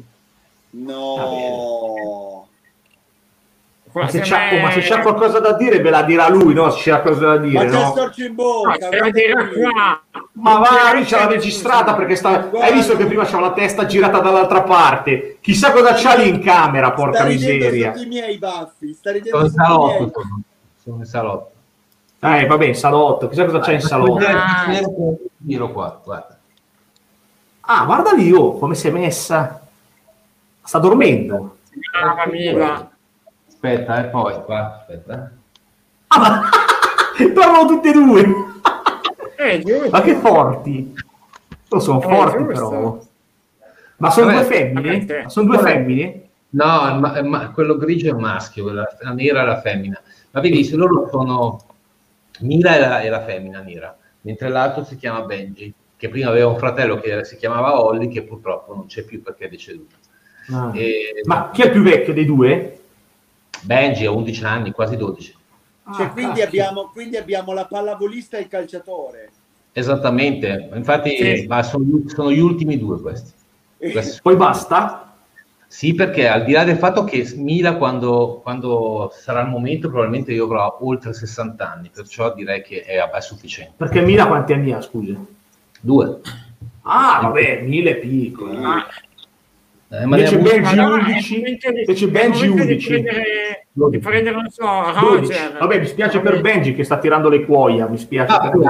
No. Ma se c'ha qualcosa da dire, ve la dirà lui, no? Se c'è qualcosa da Ma dire, c'è il no? sorcio in No, bocca. ce la dirà qua. Ma va, lui c'ha la registrata perché hai visto che prima c'aveva la testa girata dall'altra parte. Chissà cosa c'ha lì in camera, porca Sta ridendo miseria. sotto i miei baffi. Sta ridendo sono in sotto i miei. salotto. Sono in salotto. Vabbè, in salotto, chissà cosa c'è in salotto. Giro qua, guarda. Ah, guarda lì, oh, come si è messa. Sta dormendo. Mamma mia. Aspetta, poi qua, aspetta. Ah, ma dormono tutte e due. Giusto. Ma che forti. Oh, sono forti giusto. però. Ma sono Vabbè, due femmine? vabbè, Ma sono due vabbè. femmine? No, ma quello grigio è il maschio, la nera è la femmina. Ma vedi, se loro sono Mira è la femmina nera, mentre l'altro si chiama Benji, che prima aveva un fratello che si chiamava Holly, che purtroppo non c'è più perché è deceduto. Ah. E Ma chi è il più vecchio dei due? Benji ha 11 anni, quasi 12. Cioè, Ah, quindi, cacchio. abbiamo la pallavolista e il calciatore. Esattamente, infatti Sì. ma sono gli ultimi due questi. Questi- Poi basta? Sì, perché al di là del fatto che Mila quando sarà il momento probabilmente io avrò oltre 60 anni, perciò direi che è sufficiente. Perché Mila quanti anni ha, scusa? 2. Ah, vabbè, Mila è piccolo. Ah, Ma ne ha Invece avuti- Benji allora, 11, è il momento invece è il Benji momento 11. di prendere, non so, 12. Roger. Vabbè, mi spiace per Benji che sta tirando le cuoia, mi spiace Ah, per lui.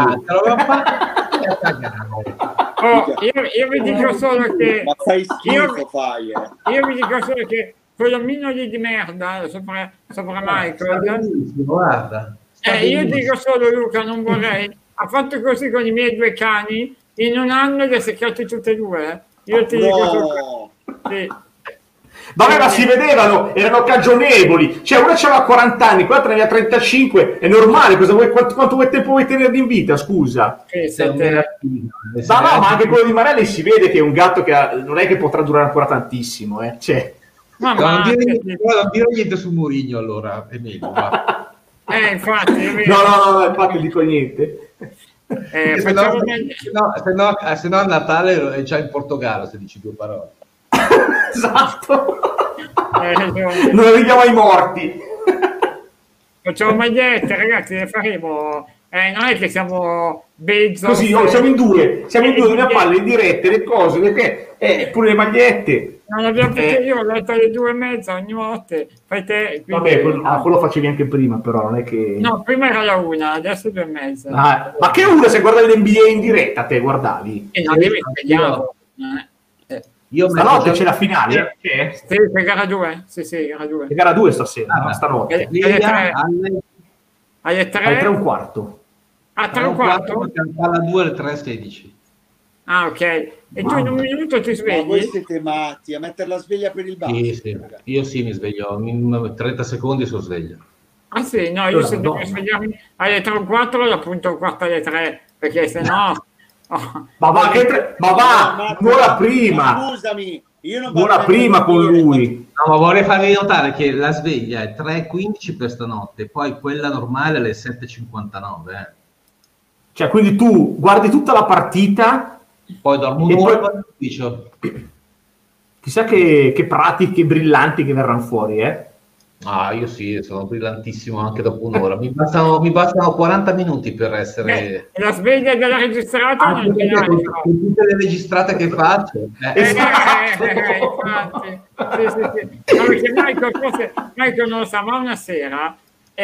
Oh, io vi dico solo che Ma fai io, schifo, fai. io vi dico solo che quell'omino lì di merda sopra Michael, Guarda. io dico solo Luca, non vorrei, ha fatto così con i miei due cani, in un anno li ha seccati tutti e due. Io ti dico solo No. sì. Vabbè, ma si vedevano, erano cagionevoli. Cioè, una c'aveva 40 anni, quell'altra ne aveva 35. È normale, quanto tempo vuoi tenerli in vita, scusa? Sei un meraviglia. No, ma anche quello di Marelli si vede che è un gatto che non è che potrà durare ancora tantissimo, Cioè. Non dire niente su Mourinho, allora, è meglio. Infatti, No, infatti dico niente. Se no a Natale è già in Portogallo se dici 2 parole. Esatto. Non arriviamo ai morti. Facciamo magliette, ragazzi, le faremo. Non è che siamo Bezos. Così, siamo in due, non a palle, in dirette, le cose, pure le magliette. Non abbiamo perché io ho letto alle 2:30 ogni notte. Fai te. Vabbè, quello facevi anche prima, però non è che. No, prima era la 1, adesso 2:30. Ma che una se guardavi l'NBA in diretta, te guardavi? E non devi svegliare. Io stanotte c'è la finale? Sì, gara 2. Sì, gara 2. Gara 2 stasera, stanotte. Alle 3. Alle 3 e un quarto. A 3 e un quarto? Alla 2 alle 3:16. Ah, ok. E tu in un minuto ti svegli? Ma voi siete matti a mettere la sveglia per il basket? Sì. Io sì, mi sveglio. In 30 secondi sono sveglio. Ah sì, no, io se devo svegliarmi alle 3 e un quarto lo appunto un quarto alle 3, perché se no... Oh. Ma va, un'ora prima! Scusami, io non un'ora prima con lui. No, ma vorrei farvi notare che la sveglia è 3:15 per stanotte, poi quella normale alle 7:59. Cioè, quindi tu guardi tutta la partita... Poi dormo un'ora e dico... Chissà che pratiche brillanti che verranno fuori, Ah, io sì, sono brillantissimo anche dopo un'ora. Mi bastano 40 minuti per essere... la sveglia della registrata non ce l'hai. Con tutte le registrate che faccio. Infatti. Sì. No, perché Michael non lo sa, ma una sera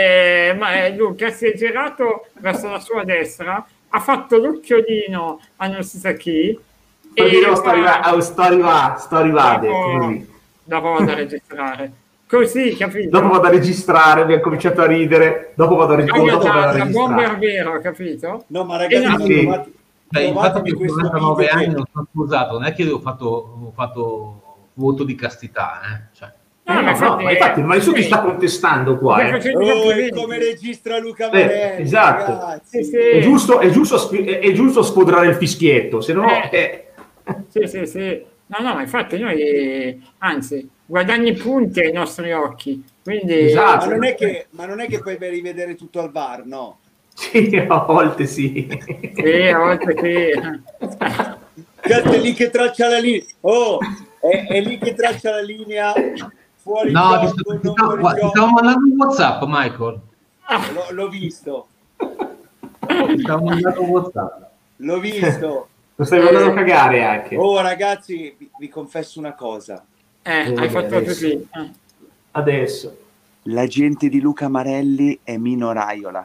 Luca si è girato verso la sua destra, ha fatto l'occhiolino a non si sa chi e sto arrivando dopo vado a registrare così, capito? Dopo vado a registrare, mi ha cominciato a ridere, dopo vado a registrare la bomber vero, capito? No, ma ragazzi, infatti che 49 anni non sono sposato, non è che ho fatto voto di castità, cioè. Ma infatti nessuno ti sta contestando qua. È come registra Luca Marelli, esatto. Sì. È giusto sfoderare il fischietto, se no sì. No, ma infatti noi anzi guadagni punti ai nostri occhi, quindi esatto. ma non è che puoi rivedere tutto al VAR, no? Sì, a volte sì. A volte sì. È lì che traccia la linea. È lì che traccia la linea. Fuori no, ti stavo mandando un WhatsApp, Michael. L'ho visto. Ti stavo mandando un WhatsApp. L'ho visto. Lo stai mandando a cagare anche. Ragazzi, vi confesso una cosa. Hai fatto così. Adesso. La gente di Luca Marelli è minoraiola.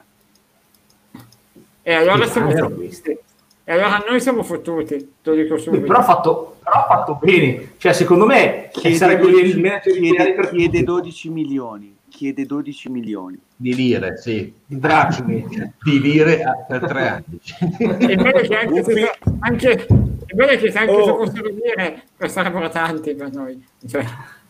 E allora siamo fottuti. E allora noi siamo fottuti, te lo dico subito. Però ha fatto bene. Cioè, secondo me sarebbe il manager chiede 12 milioni. Chiede 12 milioni di lire, sì, di dracmi, di lire per 3 anni. È bello che anche se fossero dire sarebbero tanti per noi. Cioè,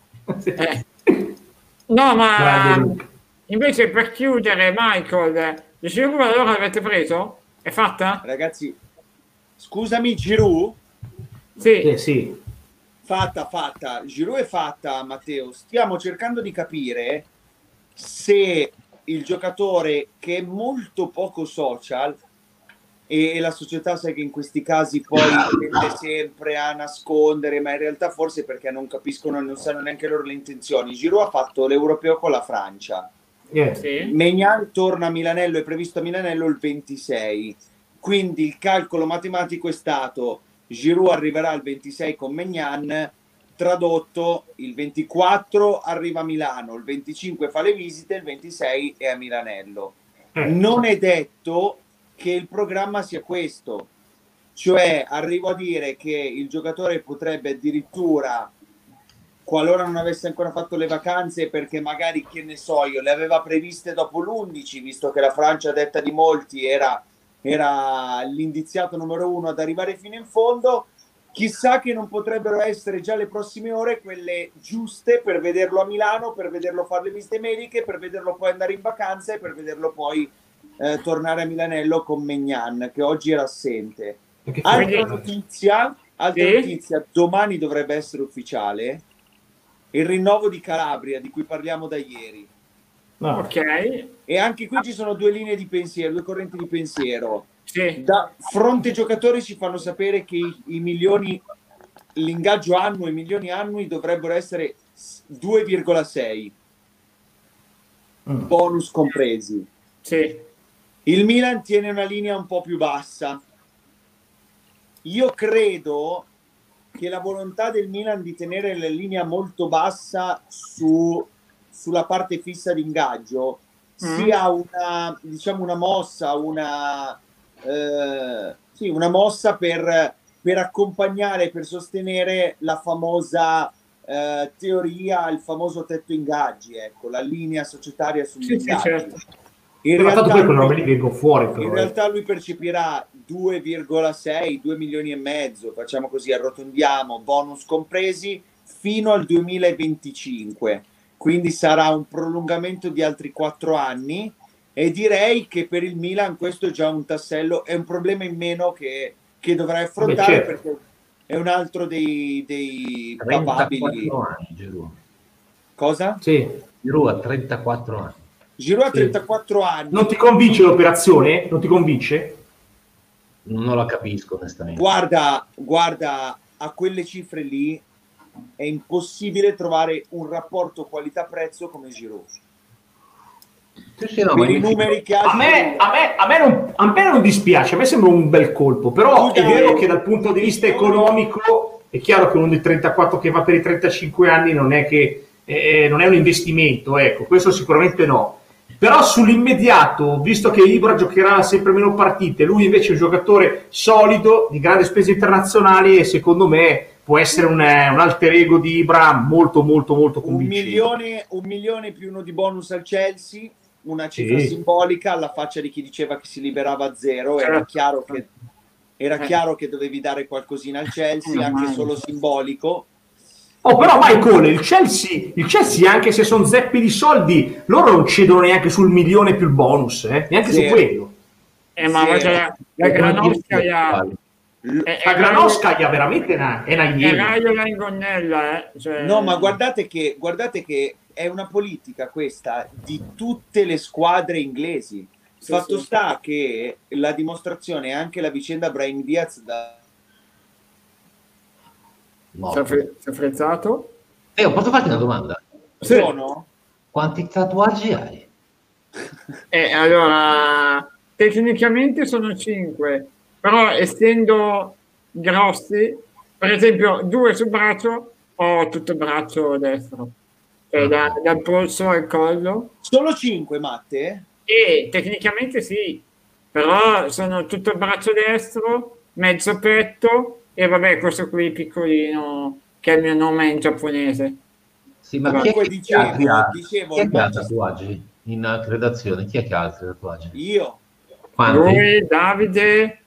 No, ma invece per chiudere, Michael, Giroud allora avete preso? È fatta? Ragazzi, scusami, Giroud? Sì. Fatta. Giroud è fatta, Matteo. Stiamo cercando di capire se il giocatore che è molto poco social e la società sai che in questi casi poi tende sempre a nascondere, ma in realtà forse perché non capiscono e non sanno neanche loro le intenzioni. Giroud ha fatto l'europeo con la Francia. Sì. Maignan torna a Milanello, è previsto a Milanello il 26, quindi il calcolo matematico è stato Giroud arriverà il 26 con Maignan, tradotto il 24 arriva a Milano, il 25 fa le visite, il 26 è a Milanello. Non è detto che il programma sia questo, cioè arrivo a dire che il giocatore potrebbe addirittura, qualora non avesse ancora fatto le vacanze, perché magari, che ne so io, le aveva previste dopo l'11, visto che la Francia, a detta di molti, era l'indiziato numero 1 ad arrivare fino in fondo, chissà che non potrebbero essere già le prossime ore quelle giuste per vederlo a Milano, per vederlo fare le visite mediche, per vederlo poi andare in vacanza e per vederlo poi tornare a Milanello con Maignan, che oggi era assente. Altra notizia, domani dovrebbe essere ufficiale il rinnovo di Calabria, di cui parliamo da ieri. Ok. E anche qui ci sono due linee di pensiero, due correnti di pensiero. Sì. Da fronte giocatori ci fanno sapere che i milioni, l'ingaggio annuo, i milioni annui dovrebbero essere 2,6 bonus compresi. Sì. Il Milan tiene una linea un po' più bassa. Io credo che la volontà del Milan di tenere la linea molto bassa sulla parte fissa di ingaggio sia una, diciamo, una mossa, una mossa per accompagnare, per sostenere la famosa teoria, il famoso tetto ingaggi, ecco, la linea societaria sugli ingaggi. Certo. In realtà lui percepirà 2,6, 2 milioni e mezzo, facciamo così, arrotondiamo, bonus compresi, fino al 2025. Quindi sarà un prolungamento di altri 4 anni e direi che per il Milan questo è già un tassello, è un problema in meno che dovrai affrontare, perché è un altro dei papabili. Anni, Giroud. Cosa? Sì. Giroud ha 34 anni. Giroud ha 34 anni. Non ti convince l'operazione? Non ti convince? Non la capisco onestamente. Guarda, a quelle cifre lì è impossibile trovare un rapporto qualità-prezzo come Giroud. Sì, no, per i numeri che ha a me non dispiace, a me sembra un bel colpo, però è vero che dal punto di vista economico è chiaro che uno di 34 che va per i 35 anni non è che non è un investimento, ecco, questo sicuramente no. Però sull'immediato, visto che Ibra giocherà sempre meno partite, lui invece è un giocatore solido, di grandi spese internazionali, e secondo me può essere un alter ego di Ibra molto molto molto convincente. Un milione più uno di bonus al Chelsea, una cifra simbolica, alla faccia di chi diceva che si liberava a zero. Era chiaro che dovevi dare qualcosina al Chelsea, anche solo simbolico. Però Michael, il Chelsea, anche se sono zeppi di soldi, loro non cedono neanche sul milione più il bonus, neanche su quello. Ma la Granovskaya veramente è una iena. In gonnella, No, ma guardate che è una politica questa di tutte le squadre inglesi. Fatto sta che la dimostrazione è anche la vicenda Brahim Diaz si è frizzato. Posso farti una domanda? Sono? Quanti tatuaggi hai? Allora, tecnicamente sono 5, però essendo grossi, per esempio 2 sul braccio, ho tutto il braccio destro, cioè dal polso al collo. Solo 5, Matte? Tecnicamente sì, però sono tutto il braccio destro, mezzo petto, e vabbè, questo qui piccolino, che è il mio nome in giapponese. Sì, ma chi è che ha tatuaggi in redazione? Chi è che ha altri tatuaggi? Io. Quanti? Lui, Davide.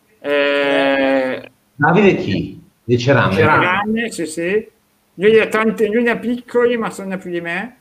Davide chi? Di Cerame, sì. Lui ne ha piccoli, ma sono più di me.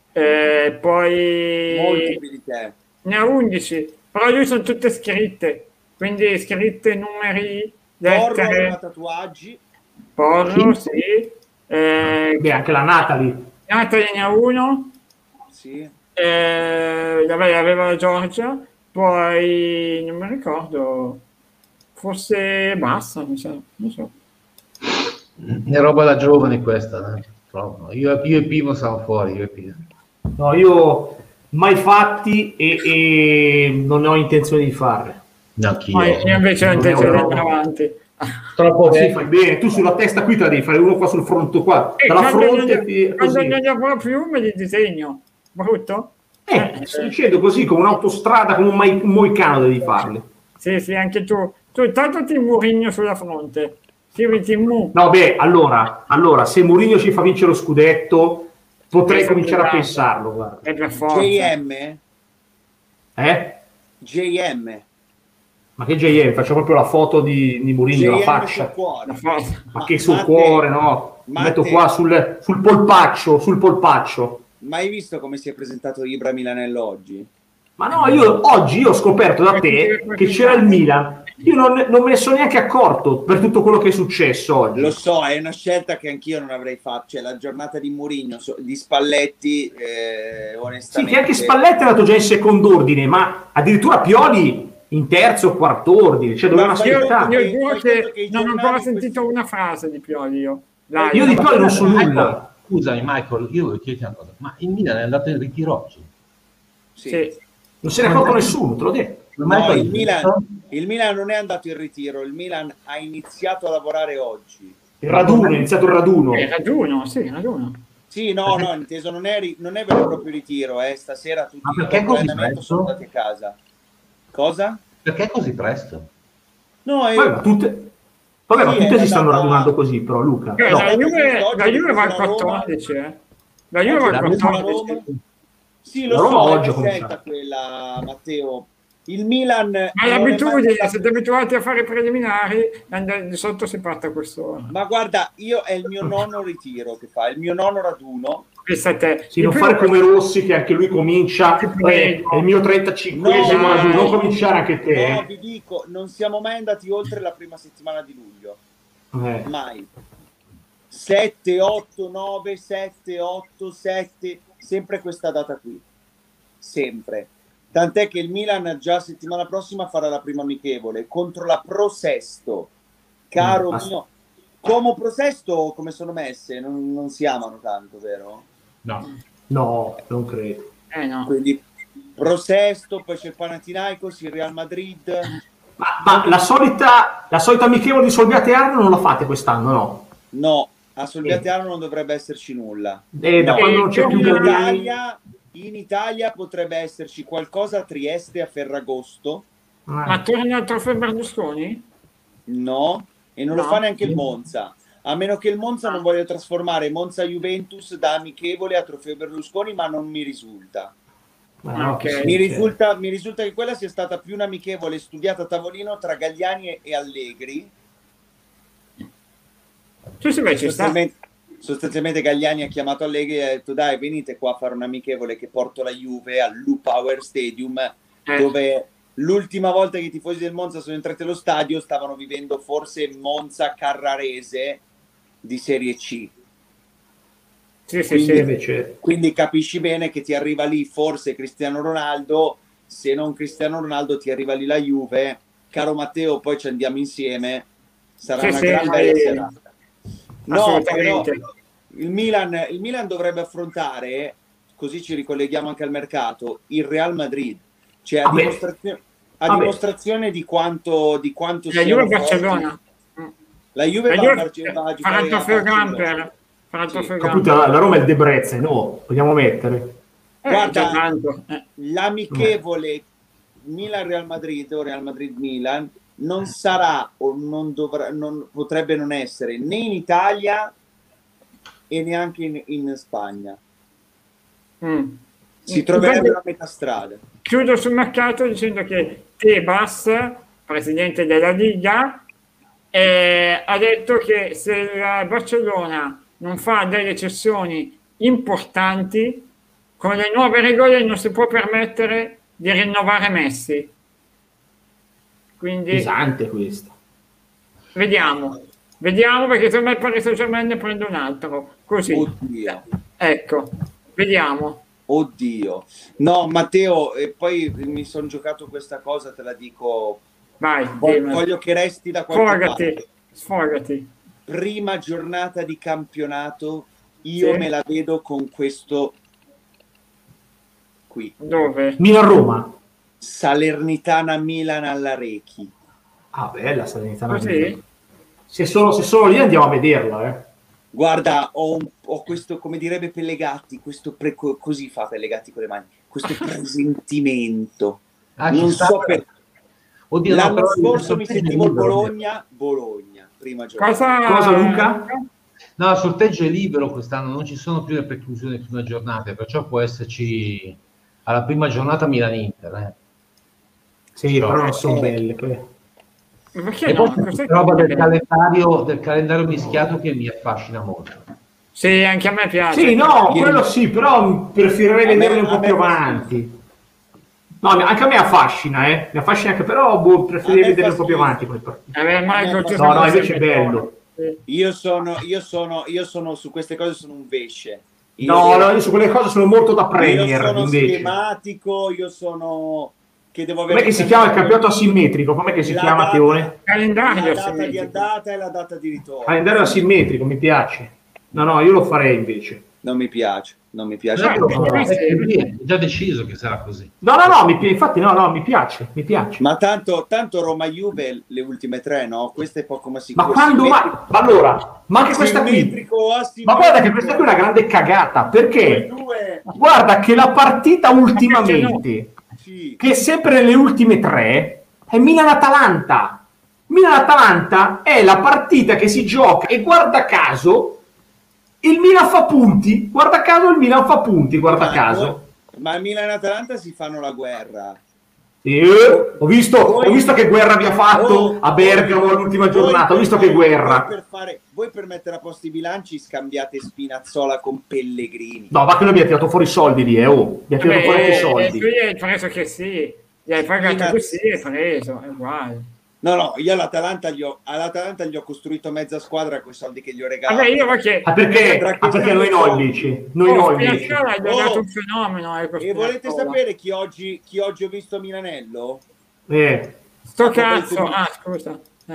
Poi molti più di te. Ne ha 11, però lui sono tutte scritte, quindi scritte, numeri, lettere. Porro, tatuaggi. Porro, sì. Anche la Natalie ne ha 1. Sì. Aveva la Giorgia, poi non mi ricordo, forse basta, mi sa, non so. È roba da giovani questa, io e Pino siamo fuori, No, io mai fatti e non ho intenzione di farle. Io invece ho intenzione di andare avanti. Troppo fai bene, tu sulla testa qui te la devi fare uno qua sul fronte qua, dalla fronte quando non ne avrò più me li disegno, brutto? Sto dicendo così, come un'autostrada, come un moicano devi farle. Sì, anche tu tanto ti Mourinho sulla fronte. No, allora se Mourinho ci fa vincere lo scudetto potrei cominciare a pensarlo, guarda. È per forza. JM? JM? Ma che JM? Faccio proprio la foto di Mourinho, la JM faccia. sul cuore. La foto. Ma che sul cuore, no? Mi metto qua sul polpaccio. Ma hai visto come si è presentato Ibra Milanello oggi? Ma no, oggi ho scoperto da te che c'era il Milan. Io non me ne sono neanche accorto per tutto quello che è successo oggi. Lo so, è una scelta che anch'io non avrei fatto. Cioè, la giornata di Mourinho, di Spalletti, onestamente... Sì, che anche Spalletti è andato già in secondo ordine, ma addirittura Pioli in terzo o quarto ordine. Cioè, dovevano aspettare. Io giuro che non ho ancora sentito una frase di Pioli. Io di Pioli non so nulla. Scusami, Michael, io voglio chiederti una cosa. Ma il Milan è andato in ritiro oggi? Sì. Non se ne è accorto nessuno, te l'ho detto. No, il Milan non è andato in ritiro, il Milan ha iniziato a lavorare oggi. Il raduno, è iniziato il raduno. Il raduno, sì, il raduno. Sì, no, inteso, non è vero e proprio ritiro, stasera tutti perché così presto? sono andati a casa. Cosa? Perché così presto? No, ma tutte si stanno radunando così, però, Luca. No. La Juve va al 14, La Juve va al 14. Sì, lo so, oggi è scelta quella, Matteo. Il Milan... Ma l'abitudine, siete abituati a fare preliminari, di sotto si parte a quest'ora. Ma guarda, è il mio nono ritiro che fa, il mio nono raduno. Sì, non fare come Rossi, che anche lui comincia, è il mio 35esimo raduno, non cominciare anche te. No, vi dico, non siamo mai andati oltre la prima settimana di luglio. Mai. 7, 8, 9, 7, 8, 7, sempre questa data qui. Sempre. Tant'è che il Milan già settimana prossima farà la prima amichevole contro la Pro Sesto. Caro mio, Como Pro Sesto come sono messe? Non si amano tanto, vero? No, non credo. No. Quindi Pro Sesto, poi c'è il Panathinaikos, il Real Madrid. Ma la solita amichevole di Solviate Arno non la fate quest'anno, no? No, a Solviate Arno non dovrebbe esserci nulla. Da quando non c'è più in Italia potrebbe esserci qualcosa a Trieste, a Ferragosto. Ma torna al trofeo Berlusconi? No, e non lo fa neanche il Monza. A meno che il Monza non voglia trasformare Monza Juventus da amichevole a trofeo Berlusconi, ma non mi risulta. Okay. Mi risulta che quella sia stata più un'amichevole studiata a tavolino tra Galliani e Allegri. Sostanzialmente Galliani ha chiamato Allegri e ha detto: dai, venite qua a fare un'amichevole che porto la Juve al Lu Power Stadium, dove l'ultima volta che i tifosi del Monza sono entrati allo stadio stavano vivendo forse Monza Carrarese di Serie C. Quindi capisci bene che ti arriva lì forse Cristiano Ronaldo, se non Cristiano Ronaldo ti arriva lì la Juve. Caro Matteo, poi ci andiamo insieme, sarà una gran bella serata. No, però il Milan dovrebbe affrontare, così ci ricolleghiamo anche al mercato, il Real Madrid, cioè a dimostrazione di quanto la Juve Barcellona. La Juve farà il trofeo Gamper. La Roma è il Debrezza, no, vogliamo mettere. Guarda, l'amichevole Milan-Real Madrid o Real Madrid-Milan non sarà o non potrebbe non essere né in Italia e neanche in Spagna. Si troverebbe a metà strada. Chiudo sul mercato dicendo che Tebas, presidente della Liga, ha detto che se il Barcellona non fa delle cessioni importanti, con le nuove regole non si può permettere di rinnovare Messi. Quindi pesante questo. Vediamo perché se me il Paris Saint-Germain ne prende un altro. Così. Oddio. Ecco, vediamo. Oddio. No, Matteo, e poi mi sono giocato questa cosa, te la dico. Vai, voglio che resti da qualche parte. Sfogati. Prima giornata di campionato, io me la vedo con questo qui. Dove? Milan-Roma. Salernitana Milan alla Rechi. Bella Salernitana. Milan. Se solo lì andiamo a vederla, Guarda, ho questo, come direbbe Pellegatti, così fa Pellegatti con le mani, questo presentimento. Non so perché. L'anno scorso mi sentivo Bologna, prima giornata. Cosa Luca? No, il sorteggio è libero quest'anno, non ci sono più le preclusioni di prima giornata, perciò può esserci alla prima giornata Milan-Inter. Sì, però non sono belle. Ma perché E no? poi c'è Cos'è questa roba che- del calendario mischiato che mi affascina molto. Sì, anche a me piace. Sì, no, quello sì, però preferirei A me- vederli un a po' me più fa avanti. No, anche a me affascina, mi affascina anche, però preferirei A me vederli fa un po' più schifo. avanti. Quelle partite. Michael, No, tu no, sei invece è sempre bello. buono. Sì. Io sono su queste cose sono un pesce. No, io su quelle cose sono molto da Io Premier, sono invece. schematico, io sono che devo Com'è avere che si chiama il campionato asimmetrico? Com'è che si la chiama, data- Teone? Calendario la data di simmetrico. andata e la data di ritorno. Calendario asimmetrico, mi piace. No, io lo farei invece. Non mi piace. È già deciso che sarà così. No, infatti mi piace. Ma tanto Roma Juve le ultime 3, no? Questa è poco ma Ma sicuro. quando mai? Ma allora, ma anche questa qui. Simmetrico o asimmetrico? Ma guarda che questa qui è una grande cagata, perché Due. guarda che la partita ultimamente, Sì. che è sempre nelle ultime 3, è Milan-Atalanta. Milan-Atalanta è la partita che si gioca e guarda caso il Milan fa punti. Guarda caso Ma Milan e Atalanta si fanno la guerra. Ho visto che guerra vi ha fatto a Bergamo all'ultima giornata. Ho visto che guerra. Voi per mettere a posto i bilanci scambiate Spinazzola con Pellegrini. No, ma che noi abbiamo tirato fuori i soldi lì, abbiamo tirato fuori anche i soldi. Tu gli hai preso che sì, gli hai pagato così e preso, è uguale. No, io all'Atalanta gli ho costruito mezza squadra con i soldi che gli ho regalato. Vabbè, io perché... perché noi no invece? Noi no invece. Spinazzola gli ha dato un fenomeno. E volete sapere chi oggi ho visto a Milanello? Sto cazzo, scusa.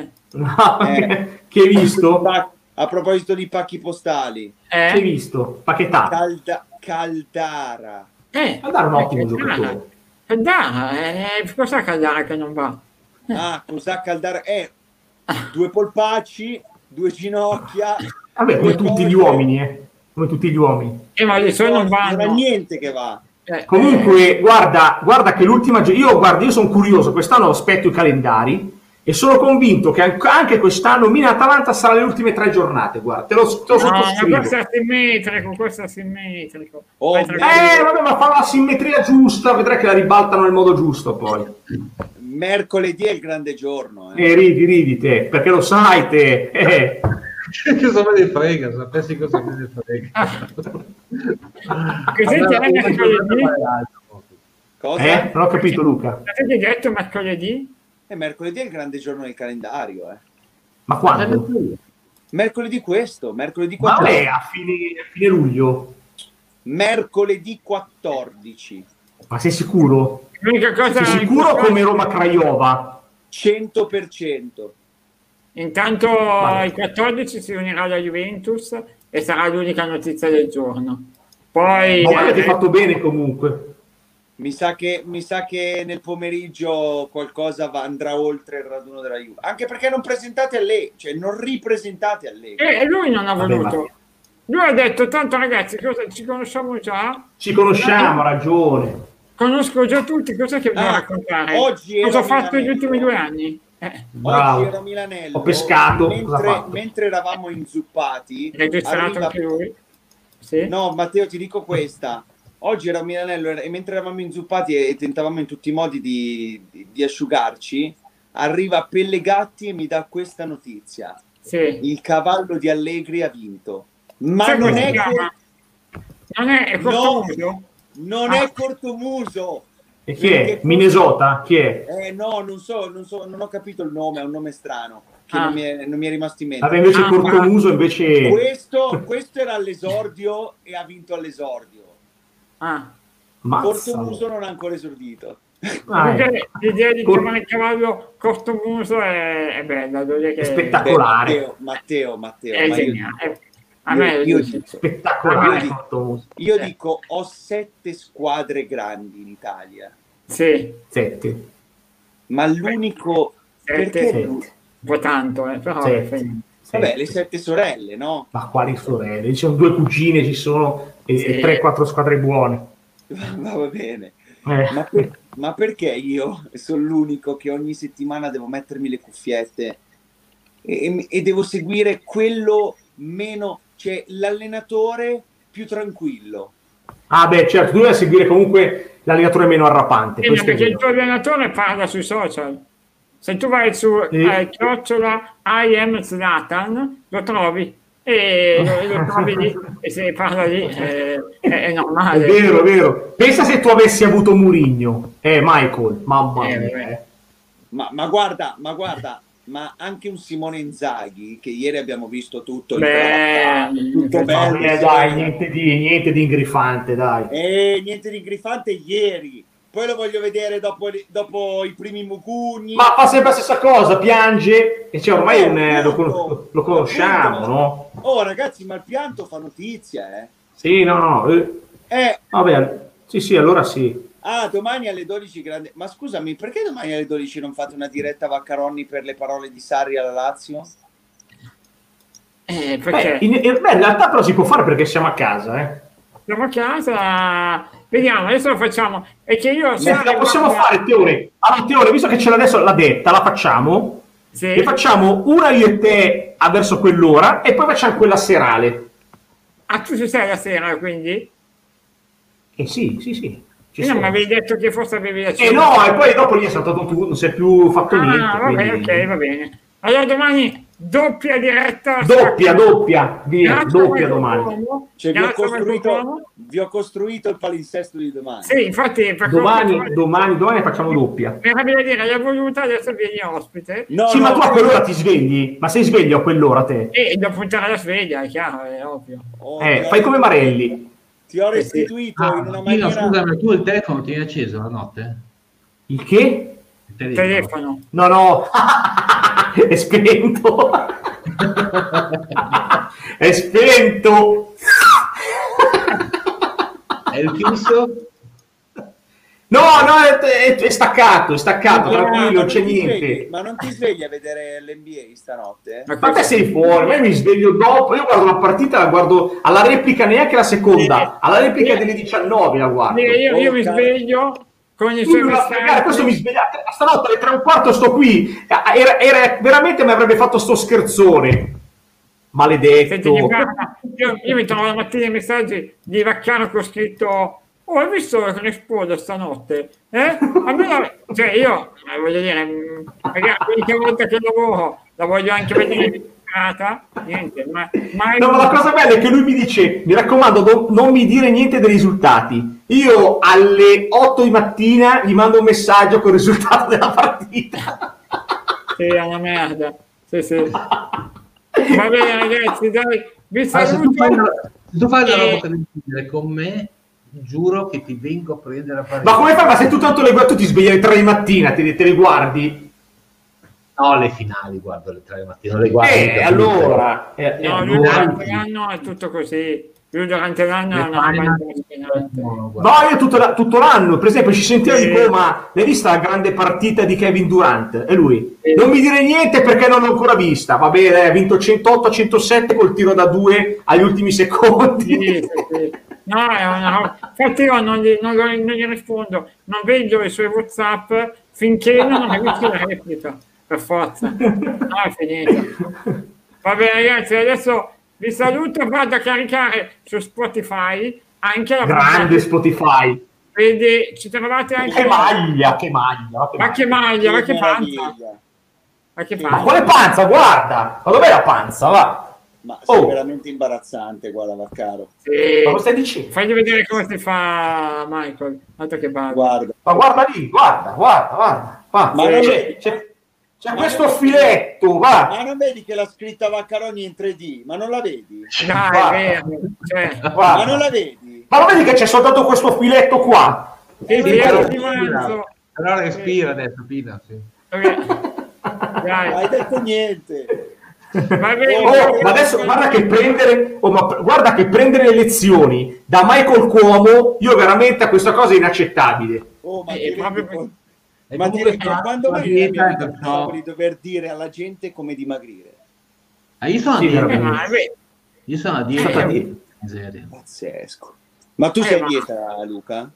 Chi hai visto? A proposito di pacchi postali. Chi hai visto? Pacchettato. Caldara. Caldara è un ottimo giocatore. Caldara, cos'è Caldara che non va? Cos'ha Caldara? 2 polpacci, 2 ginocchia. Vabbè, come tutti gli uomini, Come tutti gli uomini. Ma gli suoi non vanno. Non è niente che va. Comunque, guarda che l'ultima... Io sono curioso, quest'anno aspetto i calendari e sono convinto che anche quest'anno Milan-Atalanta sarà le ultime 3 giornate, guarda, te lo sottoscrivo. Ma questo è asimmetrico. Vabbè, ma fa la simmetria giusta, vedrai che la ribaltano nel modo giusto poi. Mercoledì è il grande giorno. Ridi te, perché lo sai te. Cosa me ne frega, sapessi cosa me ne frega. Così ti è mercoledì? Cosa? Non ho capito, Luca. Avete detto mercoledì? Mercoledì è il grande giorno del calendario. Ma quando? Mercoledì mercoledì 14. Vabbè, a fine luglio. Mercoledì 14. Ma sei sicuro? L'unica cosa sei sicuro come Roma-Craiova? 100%. Intanto il 14 si unirà la Juventus e sarà l'unica notizia del giorno. Poi ma avete fatto bene comunque. Mi sa che nel pomeriggio qualcosa andrà oltre il raduno della Juve. Anche perché non presentate Allegri, cioè non ripresentate Allegri. E lui non ha voluto. Lui ha detto, tanto ragazzi, ci conosciamo già? Ci conosciamo, ha ragione. Conosco già tutti, cosa che devo raccontare? Oggi cosa ho fatto negli ultimi 2 anni? Bravo. Oggi ero a Milanello. Ho pescato. Mentre eravamo inzuppati. Registrato anche lui? Sì? No, Matteo, ti dico questa. Oggi ero a Milanello e mentre eravamo inzuppati e tentavamo in tutti i modi di asciugarci, arriva Pellegatti e mi dà questa notizia. Sì. Il cavallo di Allegri ha vinto. Ma non è Cortomuso? Non è Cortomuso. E chi è? Minnesota? Chi è? No, non so, non ho capito il nome, è un nome strano che non mi è rimasto in mente. Vabbè, invece Cortomuso invece... Questo era all'esordio e ha vinto all'esordio. Cortomuso non ha ancora esordito. L'idea di chiamare il cavallo Cortomuso è bella, è spettacolare. Matteo, è geniale. A me spettacolare. Io dico, ho 7 squadre grandi in Italia. Sì. 7. Ma l'unico... Perché un po' tanto, però... Vabbè, le 7 sorelle, no? Ma quali sorelle? Ci sono 2 cugine, ci sono e 3-4 squadre buone. Va bene. Ma perché io sono l'unico che ogni settimana devo mettermi le cuffiette e devo seguire quello meno... Cioè, l'allenatore più tranquillo. Beh, certo, tu devi seguire comunque l'allenatore meno arrapante. Sì, ma Questo è perché il vero. tuo allenatore parla sui social. Se tu vai su Sì. chiocciola I am Zlatan, lo trovi e lo trovi lì e se parla lì è È normale. vero, è vero. Pensa se tu avessi avuto Mourinho. Michael, mamma mia. vabbè. Ma guarda, ma anche un Simone Inzaghi, che ieri abbiamo visto tutto, Beh, tutto bello. Dai, niente di ingrifante, dai. Niente di ingrifante ieri. Poi lo voglio vedere dopo i primi Mugugni. Ma fa sempre la stessa cosa, piange e cioè, ormai Appunto, lo conosciamo, appunto. no? Oh ragazzi, ma il pianto fa notizia, eh? Sì, no. Vabbè, sì, allora sì. Domani alle 12 grande. Ma scusami, perché domani alle 12 non fate una diretta Vaccaroni per le parole di Sarri alla Lazio? Perché In realtà però si può fare perché siamo a casa, eh. siamo a casa, vediamo, adesso lo facciamo. È che io La possiamo fare, Teore. Allora, Teore, visto che ce l'ha adesso l'ha detta, la facciamo. Sì. E facciamo una io e te verso quell'ora e poi facciamo quella serale. Ah, tu ci sei la sera, quindi? Sì. Ci Io non mi sono. avevi detto che forse avevi la No, e poi dopo lì è saltato tu, non si è più fatto niente. Ah, vabbè, quindi- ok, va bene. Allora domani doppia diretta. Doppia, via, Grazie, doppia Michael domani. Cuomo. Cioè, Grazie, Michael Cuomo. vi ho costruito il palinsesto di domani. Sì, infatti, per Domani facciamo doppia. mi aveva dire, l'hai voluta, adesso vieni ospite. No, Sì, ma tu a quell'ora ti svegli? Ma sei sveglio a quell'ora te? E devo puntare la sveglia, è chiaro, è ovvio. Fai come Marelli. Ti ho restituito in una Pino, maniera... scusami, tu il telefono tieni acceso la notte? Il che? Il telefono. Telefono. No, è spento. È spento. È il fisso? No, è staccato, tranquillo, non c'è niente. Ma non ti svegli a vedere l'NBA stanotte? Ma te sei fuori, ma io mi sveglio dopo, io guardo la partita, la guardo alla replica, neanche la seconda, alla replica delle 19 la guardo. Io mi sveglio con i suoi messaggi. Questo mi sveglia, stanotte alle 3:15 sto qui, era veramente mi avrebbe fatto sto scherzone, Senti, maledetto. io mi trovo la mattina i messaggi di Vaccaro che ho scritto: oh, hai visto che rispondo stanotte? Almeno, cioè io voglio dire, magari l'unica volta che lavoro la voglio anche vedere niente, ma No, ma la cosa bella è che lui mi dice, mi raccomando, non mi dire niente dei risultati. Io alle 8 di mattina gli mando un messaggio con il risultato della partita. sì, è una merda. Sì. Va bene ragazzi, dai, vi Se tu saluto. se tu fai una roba del genere con me, giuro che ti vengo a prendere a fare. Ma come fai? Ma se tu tanto le guardi, tu ti svegli alle 3 di mattina, te le guardi? No, le finali guardo alle 3 di mattina, non le guardo. Allora. No, lui durante l'anno è tutto così. Lui durante l'anno è una roba impressionante. No, io tutto l'anno, per esempio, ci sentiamo di come, ma l'hai vista la grande partita di Kevin Durant? E lui, non mi dire niente perché non l'ho ancora vista. Va bene, ha vinto 108-107 col tiro da 2 agli ultimi secondi. Sì. No, è una roba. Infatti io non gli rispondo, non vedo i suoi WhatsApp finché non ho visto la replica, per forza. No, è finita. Va bene ragazzi, adesso vi saluto, vado a caricare su Spotify anche la Grande Spotify. Vedi, ci trovate anche Che maglia. ma che maglia, ma che panza, meraviglia. ma che Ma panza. quale panza, guarda! Ma dov'è la panza, va? Ma sei Oh. veramente imbarazzante, guarda Vaccaro. Sì. Ma cosa stai dicendo? Fagli vedere come si fa Michael, tanto che basta. Guarda. Ma guarda lì, guarda. Ma non vedi- C'è questo filetto, va! Ma non vedi che l'ha scritta Vaccaroni in 3D? Ma non la vedi? Dai, Guarda. è vero. Cioè, Guarda. Ma non la vedi? Ma lo vedi che c'è soltanto questo filetto qua? sì, Però di manzo. respira adesso, Pina, sì. Dai, Hai detto niente. va bene. Oh, ma adesso guarda che prendere le lezioni da Michael Cuomo, io veramente a questa cosa è inaccettabile. Oh, ma Eh, ti proprio rendi conto? E Ma comunque ti rendi fa quando la mai nella dieta, mia vita perciò- pensavo di dover dire alla gente come dimagrire? Io sono a Sì, dieta. veramente. Ma è vero. Io sono a Stata dieta. dieta. Miseria. Pazzesco. Ma tu sei a ma- dieta, Luca?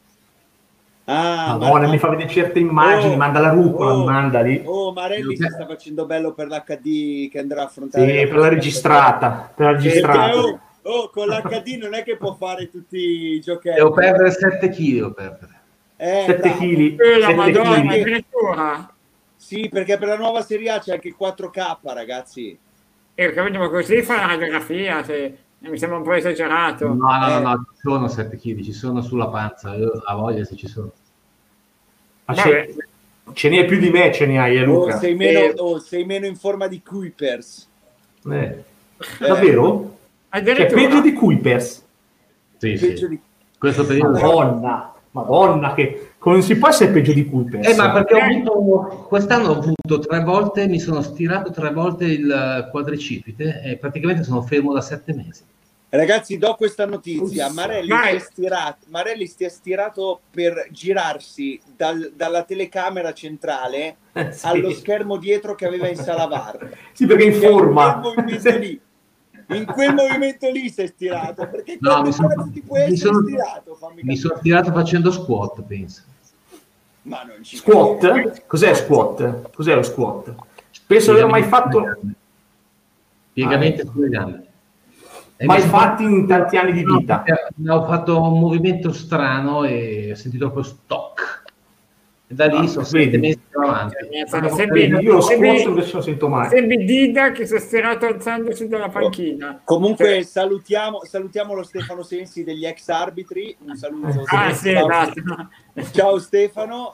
Ah, Madonna, mi fa vedere certe immagini, manda la rucola, mi manda lì. Oh, Marelli si Luca- sta facendo bello per l'HD che andrà a affrontare. Sì, per la registrata. Per la Perché, registrata. con l'HD non è che può fare tutti i giochetti. Devo perdere 7 kg, devo perdere. 7 bravo. kg. La 7 Madonna, kg. addirittura. Sì, perché per la nuova Serie A c'è anche 4K, ragazzi. Capito, ma così fa la radiografia, mi sembra un po' esagerato. No, ci sono 7 kg, ci sono sulla panza, io a voglia se ci sono. Ma Vabbè. ce n'è più di me, ce ne hai, Luca. Sei meno in forma di Kuipers. Davvero? Cioè, Addirittura. peggio di Kuipers. Sì, Peggio sì. di- Questo periodo. Madonna, che come si può essere peggio di Kuipers? Ma perché quest'anno ho avuto 3 volte, mi sono stirato 3 volte il quadricipite e praticamente sono fermo da 7 mesi. Ragazzi, do questa notizia. Marelli Vai. si è stirato per girarsi dalla telecamera centrale Sì. allo schermo dietro che aveva in sala VAR. Sì, perché in forma. In quel movimento lì si è stirato. Perché No, quando mi sono- cazzo ti puoi mi essere sono- stirato? Fammi Mi capire. sono stirato facendo squat, penso. Ma non ci credo. Squat? Cos'è squat? Cos'è lo squat? Penso di aver mai fatto. Piegamenti sulle gambe. E Mai mi sono- fatti in tanti anni di vita. Ho fatto un movimento strano e ho sentito proprio stock. E da lì sono 7 vedi? mesi più avanti. Io lo squat invece lo sento mai. Sembri Dida che si è stirato alzandosi dalla panchina. Comunque salutiamo lo Stefano Sensi degli ex arbitri. Un saluto. Ah sì, Ciao. esatto. Ciao Stefano.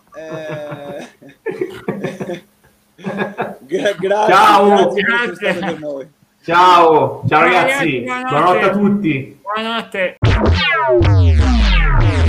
Grazie Ciao. per essere stato con noi. Ciao, ciao Ciao, ragazzi, ragazzi, buonanotte a tutti. Buonanotte.